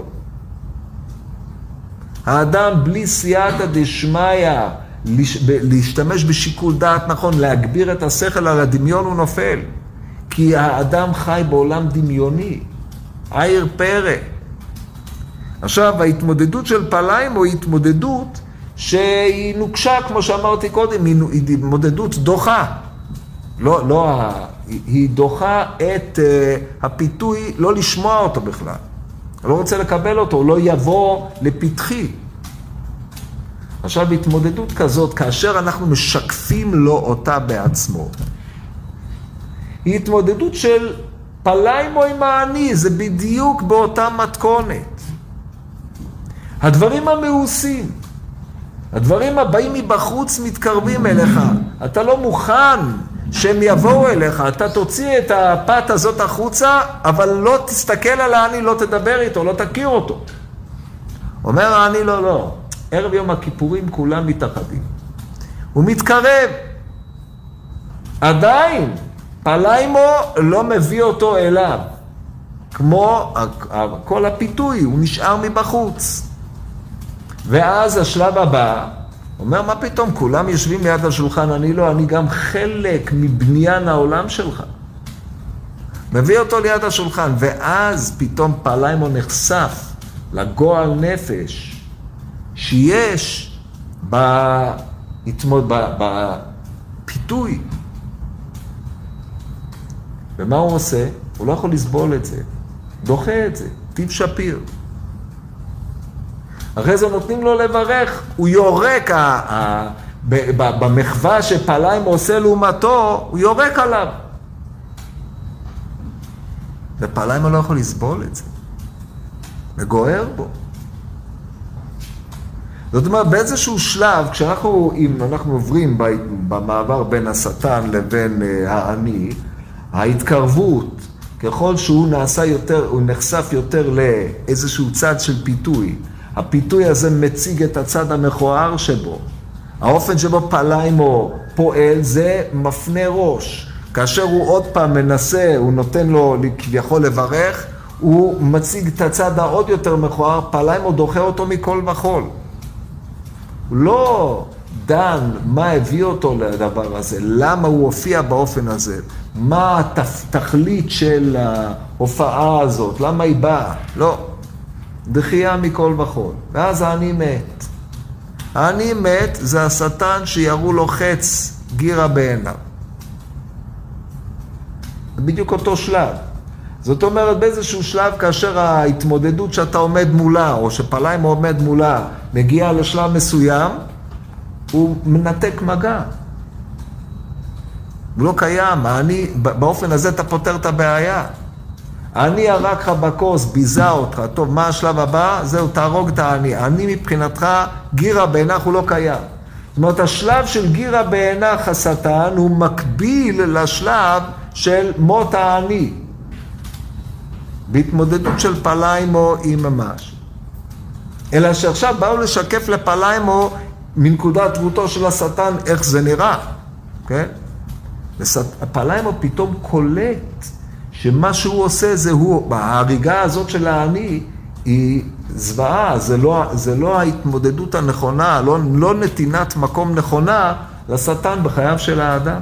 האדם בלי סייעתא דשמיא, להשתמש בשיקול דעת נכון, להגביר את השכל על הדמיון, הוא נופל. כי האדם חי בעולם דמיוני. עיר פרא. עכשיו, ההתמודדות של פעליים הוא התמודדות שהיא נוקשה, כמו שאמרתי קודם, היא התמודדות דוחה. היא דוחה את הפיתוי, לא לשמוע אותו בכלל. הוא לא רוצה לקבל אותו, הוא לא יבוא לפתחי. עכשיו, התמודדות כזאת, כאשר אנחנו משקפים לו אותה בעצמו, היא התמודדות של פליימו עם העני, זה בדיוק באותה מתכונת. הדברים המאוסים, הדברים הבאים מבחוץ מתקרבים אליך, אתה לא מוכן שהם יבואו אליך, אתה תוציא את הפת הזאת החוצה, אבל לא תסתכל על העני, לא תדבר איתו, לא תכיר אותו. אומר העני, לא, ערב יום הכיפורים כולם מתאחדים. הוא מתקרב. עדיין, פליימו לא מביא אותו אליו. כמו כל הפיתוי, הוא נשאר מבחוץ. ואז השלב הבא, אומר, מה פתאום? כולם יושבים ליד השולחן, אני לא, אני גם חלק מבניין העולם שלך. מביא אותו ליד השולחן, ואז פתאום פליימו נחשף לגועל נפש שיש בפיתוי. ומה הוא עושה? הוא לא יכול לסבול את זה. דוחה את זה. טיב שפיר. אחרי זה נותנים לו לברך. הוא יורק במחווה שפליימו עושה לעומתו, הוא יורק עליו. ופליימו לא יכול לסבול את זה. מגוער בו. זאת אומרת, באיזשהו שלב, אם אנחנו עוברים במעבר בין השטן לבין העני, ההתקרבות, ככל שהוא נעשה יותר, הוא נחשף יותר לאיזשהו צד של פיתוי. הפיתוי הזה מציג את הצד המכוער שבו. האופן שבו פליימו פועל זה מפנה ראש. כאשר הוא עוד פעם מנסה, הוא נותן לו כביכול לברך, הוא מציג את הצד העוד יותר מכוער, פליימו דוחה אותו מכל וכל. הוא לא דן מה הביא אותו לדבר הזה, למה הוא הופיע באופן הזה, מה התכלית של ההופעה הזאת, למה היא באה, לא. דחייה מכל וכל. ואז העני מת. העני מת זה השטן שיראו לו חץ גירה בעיניו. בדיוק אותו שלב. זאת אומרת, באיזשהו שלב, כאשר ההתמודדות שאתה עומד מולה, או שפליימו עומד מולה, מגיע לשלב מסוים, הוא מנתק מגע. הוא לא קיים. באופן הזה אתה פותר את הבעיה. אני הרג לך בכוס, ביזה אותך. טוב, מה השלב הבא? זהו, תהרוג את העני. אני מבחינתך, גירה בעינך הוא לא קיים. זאת אומרת, השלב של גירה בעינך השטן הוא מקביל לשלב של מות העני. בהתמודדות של פליימו היא ממש. אלא שעכשיו באו לשקף לפליימו מנקודת ראותו של השטן איך זה נראה. כן? פליימו פתאום קולט שמה שהוא עושה זה הוא, ההריגה הזאת של העני היא זוועה, זה לא ההתמודדות הנכונה, לא נתינת מקום נכונה לשטן בחייו של האדם.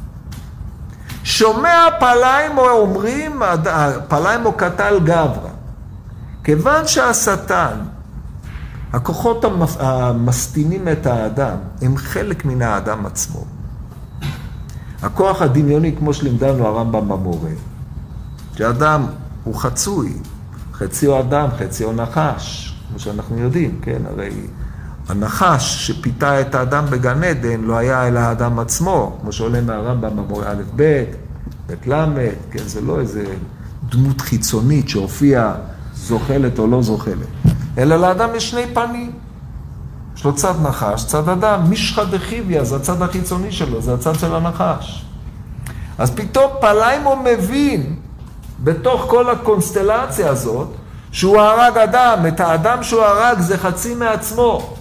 שומע פליימו אומרים, פליימו קטל גברא. כיוון שהשטן, הכוחות המסתינים את האדם, הם חלק מן האדם עצמו. הכוח הדמיוני, כמו שלימדנו הרמב"ם במורה, שאדם הוא חצוי, חציו אדם, חציו נחש, כמו שאנחנו יודעים, כן? הרי הנחש שפיתה את האדם בגן עדן לא היה אלא האדם עצמו, כמו שעולה מהרמב"ם במורה א' ב', ב' ל', כן? זה לא איזה דמות חיצונית שהופיעה זוחלת או לא זוחלת, אלא לאדם יש שני פנים. יש לו צד נחש, צד אדם, משחא דחיביא, זה הצד החיצוני שלו, זה הצד של הנחש. אז פתאום פליימו מבין, בתוך כל הקונסטלציה הזאת, שהוא הרג אדם, את האדם שהוא הרג זה חצי מעצמו.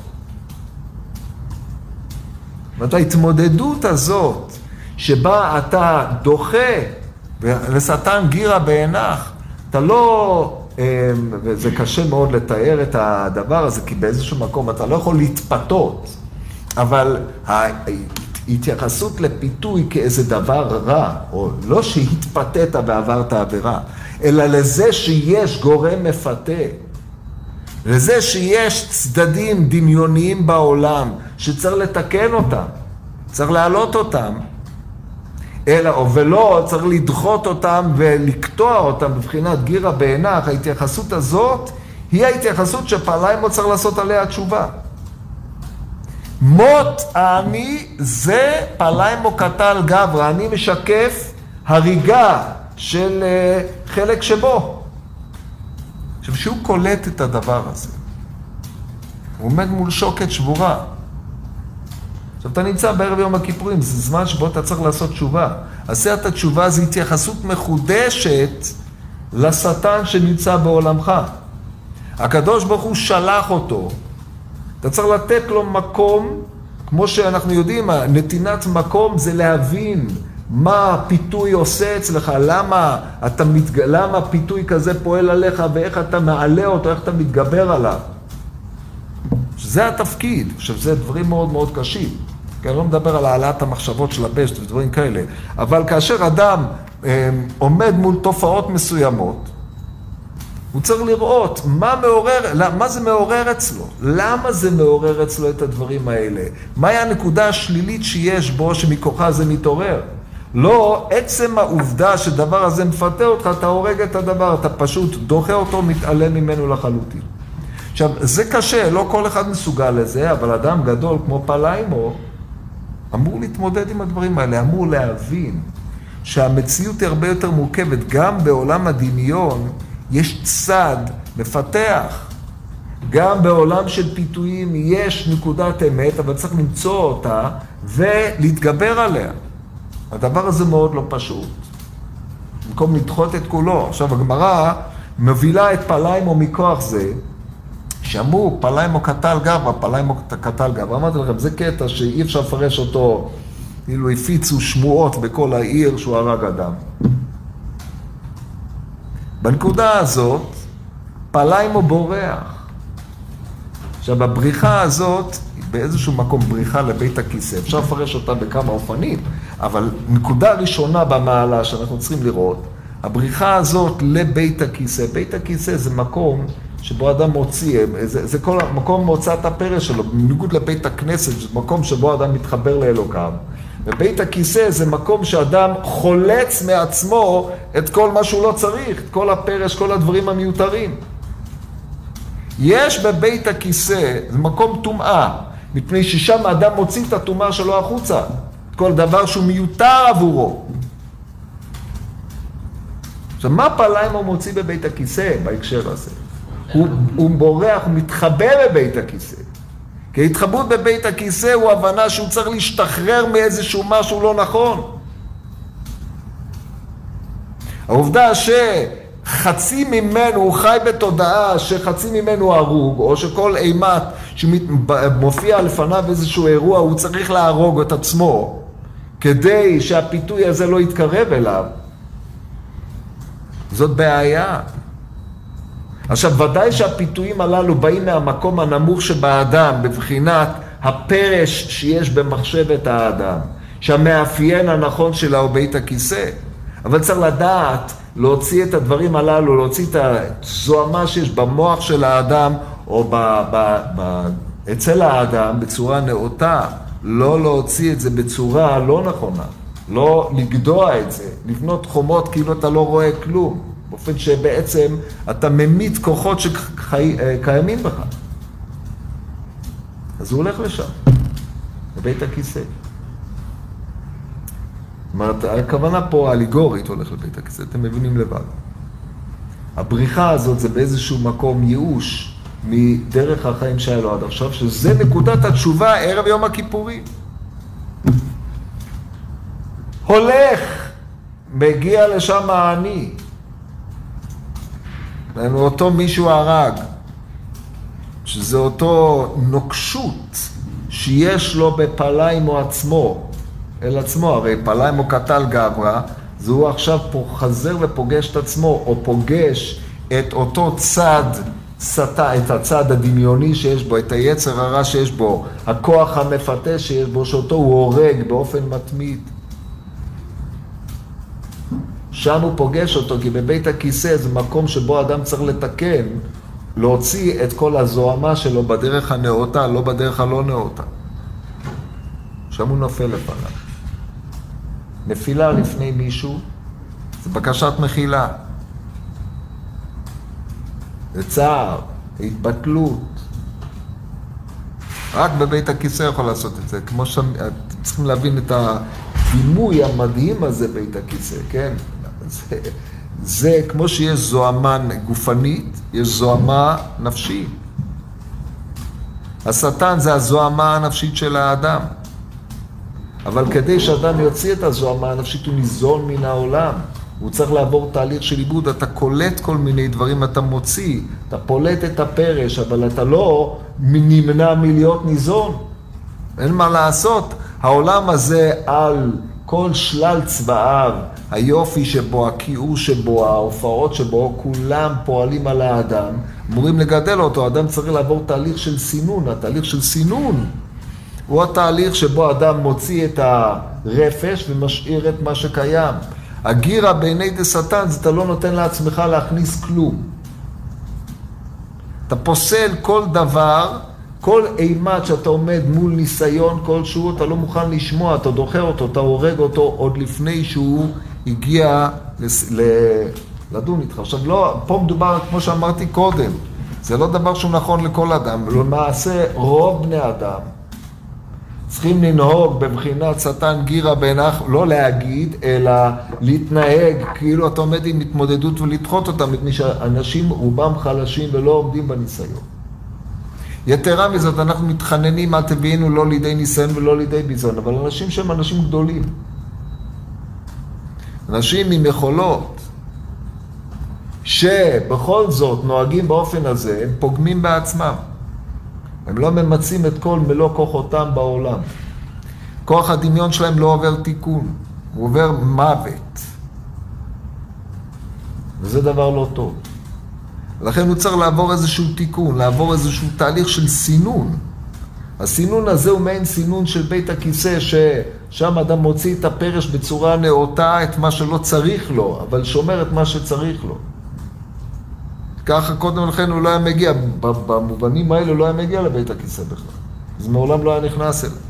ואת ההתמודדות הזאת, שבה אתה דוחה, ולשטן גירה בעינך, אתה לא, וזה קשה מאוד לתאר את הדבר הזה, כי באיזשהו מקום אתה לא יכול להתפתות, אבל ההתייחסות לפיתוי כאיזה דבר רע, או לא שהתפתת ועברת עבירה, אלא לזה שיש גורם מפתה, לזה שיש צדדים דמיוניים בעולם, שצריך לתקן אותם, צריך להעלות אותם, ולא צריך לדחות אותם ולקטוע אותם בבחינת גירה בעינך. ההתייחסות הזאת היא ההתייחסות שפליימו צריך לעשות עליה תשובה. מות העני זה פליימו קטל גברא, אני משקף הריגה של חלק שבו. עכשיו, שהוא קולט את הדבר הזה, הוא עומד מול שוקת שבורה. עכשיו, אתה נמצא בערב יום הכיפורים, זה זמן שבו אתה צריך לעשות תשובה. עשיית התשובה זה התייחסות מחודשת לשטן שנמצא בעולמך. הקדוש ברוך הוא שלח אותו, אתה צריך לתת לו מקום, כמו שאנחנו יודעים, נתינת מקום זה להבין מה הפיתוי עושה אצלך, למה פיתוי כזה פועל עליך ואיך אתה מעלה אותו, איך אתה מתגבר עליו. זה התפקיד. עכשיו, זה דברים מאוד מאוד קשים. כי אני לא מדבר על העלאת המחשבות של הבשט ודברים כאלה. אבל כאשר אדם עומד מול תופעות מסוימות, הוא צריך לראות מה זה מעורר אצלו. למה זה מעורר אצלו את הדברים האלה? מהי הנקודה השלילית שיש בו שמכוחה זה מתעורר? לא, עצם העובדה שדבר הזה מפתה אותך, אתה הורג את הדבר, אתה פשוט דוחה אותו, מתעלם ממנו לחלוטין. עכשיו, זה קשה, לא כל אחד מסוגל לזה, אבל אדם גדול כמו פליימו, אמור להתמודד עם הדברים האלה, אמור להבין שהמציאות היא הרבה יותר מורכבת. גם בעולם הדמיון יש צד מפתח. גם בעולם של פיתויים יש נקודת אמת, אבל צריך למצוא אותה ולהתגבר עליה. הדבר הזה מאוד לא פשוט. במקום לדחות את כולו. עכשיו, הגמרא מובילה את פליימו מכוח זה, שאמרו פליימו קטל גברא, פליימו קטל גברא. אמרתי לכם, זה קטע שאי אפשר לפרש אותו, כאילו הפיצו שמועות בכל העיר שהוא הרג אדם. בנקודה הזאת, פליימו בורח. עכשיו, הבריחה הזאת, היא באיזשהו מקום בריחה לבית הכיסא. אפשר לפרש אותה בכמה אופנים, אבל נקודה ראשונה במעלה שאנחנו צריכים לראות, הבריחה הזאת לבית הכיסא. בית הכיסא זה מקום שבו אדם מוציא, זה כל מקום מוצאת הפרש שלו, בניגוד לבית הכנסת, זה מקום שבו אדם מתחבר לאלוקיו. ובית הכיסא זה מקום שאדם חולץ מעצמו את כל מה שהוא לא צריך, את כל הפרש, כל הדברים המיותרים. יש בבית הכיסא, זה מקום טומאה, מפני ששם האדם מוציא את הטומאה שלו החוצה, את כל דבר שהוא מיותר עבורו. עכשיו, מה פליימו מוציא בבית הכיסא בהקשר הזה? הוא בורח, הוא מתחבא בבית הכיסא. כי התחבאות בבית הכיסא הוא הבנה שהוא צריך להשתחרר מאיזשהו משהו לא נכון. העובדה שחצי ממנו הוא חי בתודעה, שחצי ממנו הרוג, או שכל אימת שמופיע לפניו איזשהו אירוע, הוא צריך להרוג את עצמו, כדי שהפיתוי הזה לא יתקרב אליו. זאת בעיה. עכשיו, ודאי שהפיתויים הללו באים מהמקום הנמוך שבאדם, בבחינת הפרש שיש במחשבת האדם, שהמאפיין הנכון שלה הוא בית הכיסא. אבל צריך לדעת, להוציא את הדברים הללו, להוציא את הזוהמה שיש במוח של האדם, או אצל האדם בצורה נאותה, לא להוציא את זה בצורה לא נכונה, לא לגדוע את זה, לבנות חומות כאילו אתה לא רואה כלום. באופן שבעצם אתה ממית כוחות שקיימים בך. אז הוא הולך לשם, לבית הכיסא. זאת אומרת, הכוונה פה האליגורית הולך לבית הכיסא, אתם מבינים לבד. הבריחה הזאת זה באיזשהו מקום ייאוש מדרך החיים שהיה לו עד עכשיו, שזה נקודת התשובה ערב יום הכיפורים. הולך, מגיע לשם העני, אותו מישהו הרג, שזה אותו נוקשות שיש לו בפליימו עצמו, אל עצמו, הרי פליימו קטל גברא, זה הוא עכשיו פה חזר ופוגש את עצמו, או פוגש את אותו צד סטה, את הצד הדמיוני שיש בו, את היצר הרע שיש בו, הכוח המפתה שיש בו, שאותו הוא הורג באופן מתמיד. שם הוא פוגש אותו, כי בבית הכיסא זה מקום שבו אדם צריך לתקן, להוציא את כל הזוהמה שלו בדרך הנאותה, לא בדרך הלא נאותה. שם הוא נופל לפניו. נפילה לפני מישהו, זה בקשת מחילה. זה צער, התבטלות. רק בבית הכיסא יכול לעשות את זה. כמו צריכים להבין את הדימוי המדהים הזה בית הכיסא, כן? זה כמו שיש זוהמה גופנית, יש זוהמה נפשית. השטן זה הזוהמה הנפשית של האדם. אבל כדי שאדם יוציא את הזוהמה הנפשית, הוא ניזון מן העולם. הוא צריך לעבור תהליך של עיבוד, אתה קולט כל מיני דברים, אתה מוציא, אתה פולט את הפרש, אבל אתה לא נמנע מלהיות ניזון. אין מה לעשות. העולם הזה על כל שלל צבעיו, היופי שבו, הכיעור שבו, ההופעות שבו, כולם פועלים על האדם, אמורים לגדל אותו. האדם צריך לעבור תהליך של סינון. התהליך של סינון הוא התהליך שבו האדם מוציא את הרפש ומשאיר את מה שקיים. הגירה בעיני דשטן, זה אתה לא נותן לעצמך להכניס כלום. אתה פוסל כל דבר, כל אימת שאתה עומד מול ניסיון כלשהו, אתה לא מוכן לשמוע, אתה דוחה אותו, אתה הורג אותו עוד לפני שהוא הגיע לדון איתך. עכשיו, לא, פה מדובר, כמו שאמרתי קודם, זה לא דבר שהוא נכון לכל אדם. למעשה, רוב בני אדם צריכים לנהוג בבחינת שטן גירה בעינך, לא להגיד, אלא להתנהג, כאילו אתה עומד עם התמודדות ולדחות אותם, מפני שאנשים רובם חלשים ולא עומדים בניסיון. יתרה מזאת, אנחנו מתחננים, אל תביאנו לא לידי ניסיון ולא לידי ביזון, אבל אנשים שהם אנשים גדולים. אנשים עם יכולות, שבכל זאת נוהגים באופן הזה, הם פוגמים בעצמם. הם לא ממצים את כל מלוא כוחותם בעולם. כוח הדמיון שלהם לא עובר תיקון, הוא עובר מוות. וזה דבר לא טוב. לכן הוא צריך לעבור איזשהו תיקון, לעבור איזשהו תהליך של סינון. הסינון הזה הוא מעין סינון של בית הכיסא, ששם אדם מוציא את הפרש בצורה נאותה, את מה שלא צריך לו, אבל שומר את מה שצריך לו. ככה קודם לכן הוא לא היה מגיע, במובנים האלה הוא לא היה מגיע לבית הכיסא בכלל. אז מעולם לא היה נכנס אליו.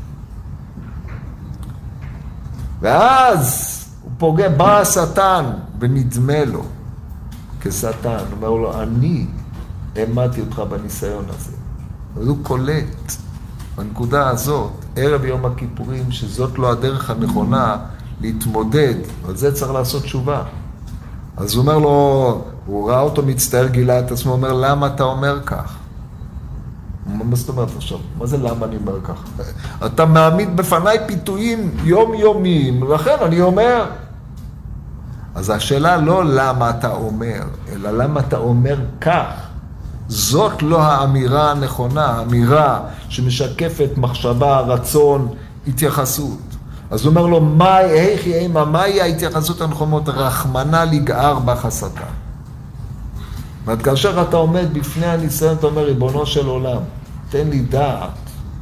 ואז הוא פוגע, בא השטן ונדמה לו כשטן, אומר לו, אני העמדתי אותך בניסיון הזה. אז הוא קולט בנקודה הזאת, ערב יום הכיפורים, שזאת לא הדרך הנכונה להתמודד, אבל זה צריך לעשות תשובה. אז הוא אומר לו, הוא ראה אותו מצטער, גילה את עצמו, אומר, למה אתה אומר כך? מה זאת אומרת עכשיו? מה זה למה אני אומר כך? אתה מעמיד בפניי פיתויים יומיומיים, לכן אני אומר. אז השאלה לא למה אתה אומר, אלא למה אתה אומר כך. זאת לא האמירה הנכונה, האמירה שמשקפת מחשבה, רצון, התייחסות. אז הוא אומר לו, מהי ההתייחסות הנכונות? רחמנה לגער בך השטן. ואת כאשר אתה עומד בפני הניסיון, אתה אומר, ריבונו של עולם, תן לי דעת.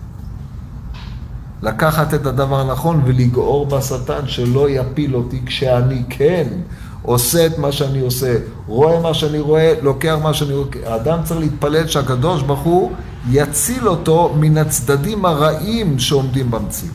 לקחת את הדבר הנכון ולגעור בשטן שלא יפיל אותי כשאני כן עושה את מה שאני עושה, רואה מה שאני רואה, לוקח מה שאני רואה. האדם צריך להתפלל שהקדוש ברוך הוא יציל אותו מן הצדדים הרעים שעומדים במציאות.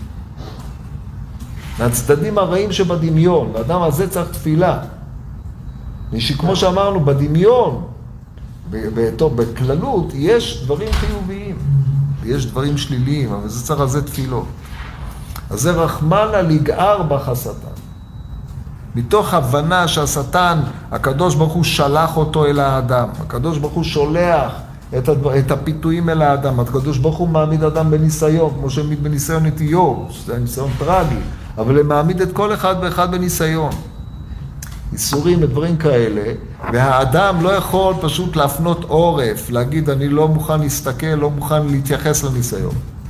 מהצדדים הרעים שבדמיון. האדם הזה צריך תפילה. כמו שאמרנו, בדמיון, בכללות, יש דברים חיוביים, יש דברים שליליים, אבל זה צריך לזה תפילות. אז זה רחמנה לגער בך השטן. מתוך הבנה שהשטן, הקדוש ברוך הוא שלח אותו אל האדם. הקדוש ברוך הוא שולח את הפיתויים אל האדם. הקדוש ברוך הוא מעמיד אדם בניסיון, כמו שהעמיד בניסיון את איוב, שזה ניסיון טרגי, אבל הוא מעמיד את כל אחד ואחד בניסיון. איסורים ודברים כאלה, והאדם לא יכול פשוט להפנות עורף, להגיד אני לא מוכן להסתכל, לא מוכן להתייחס לניסיון.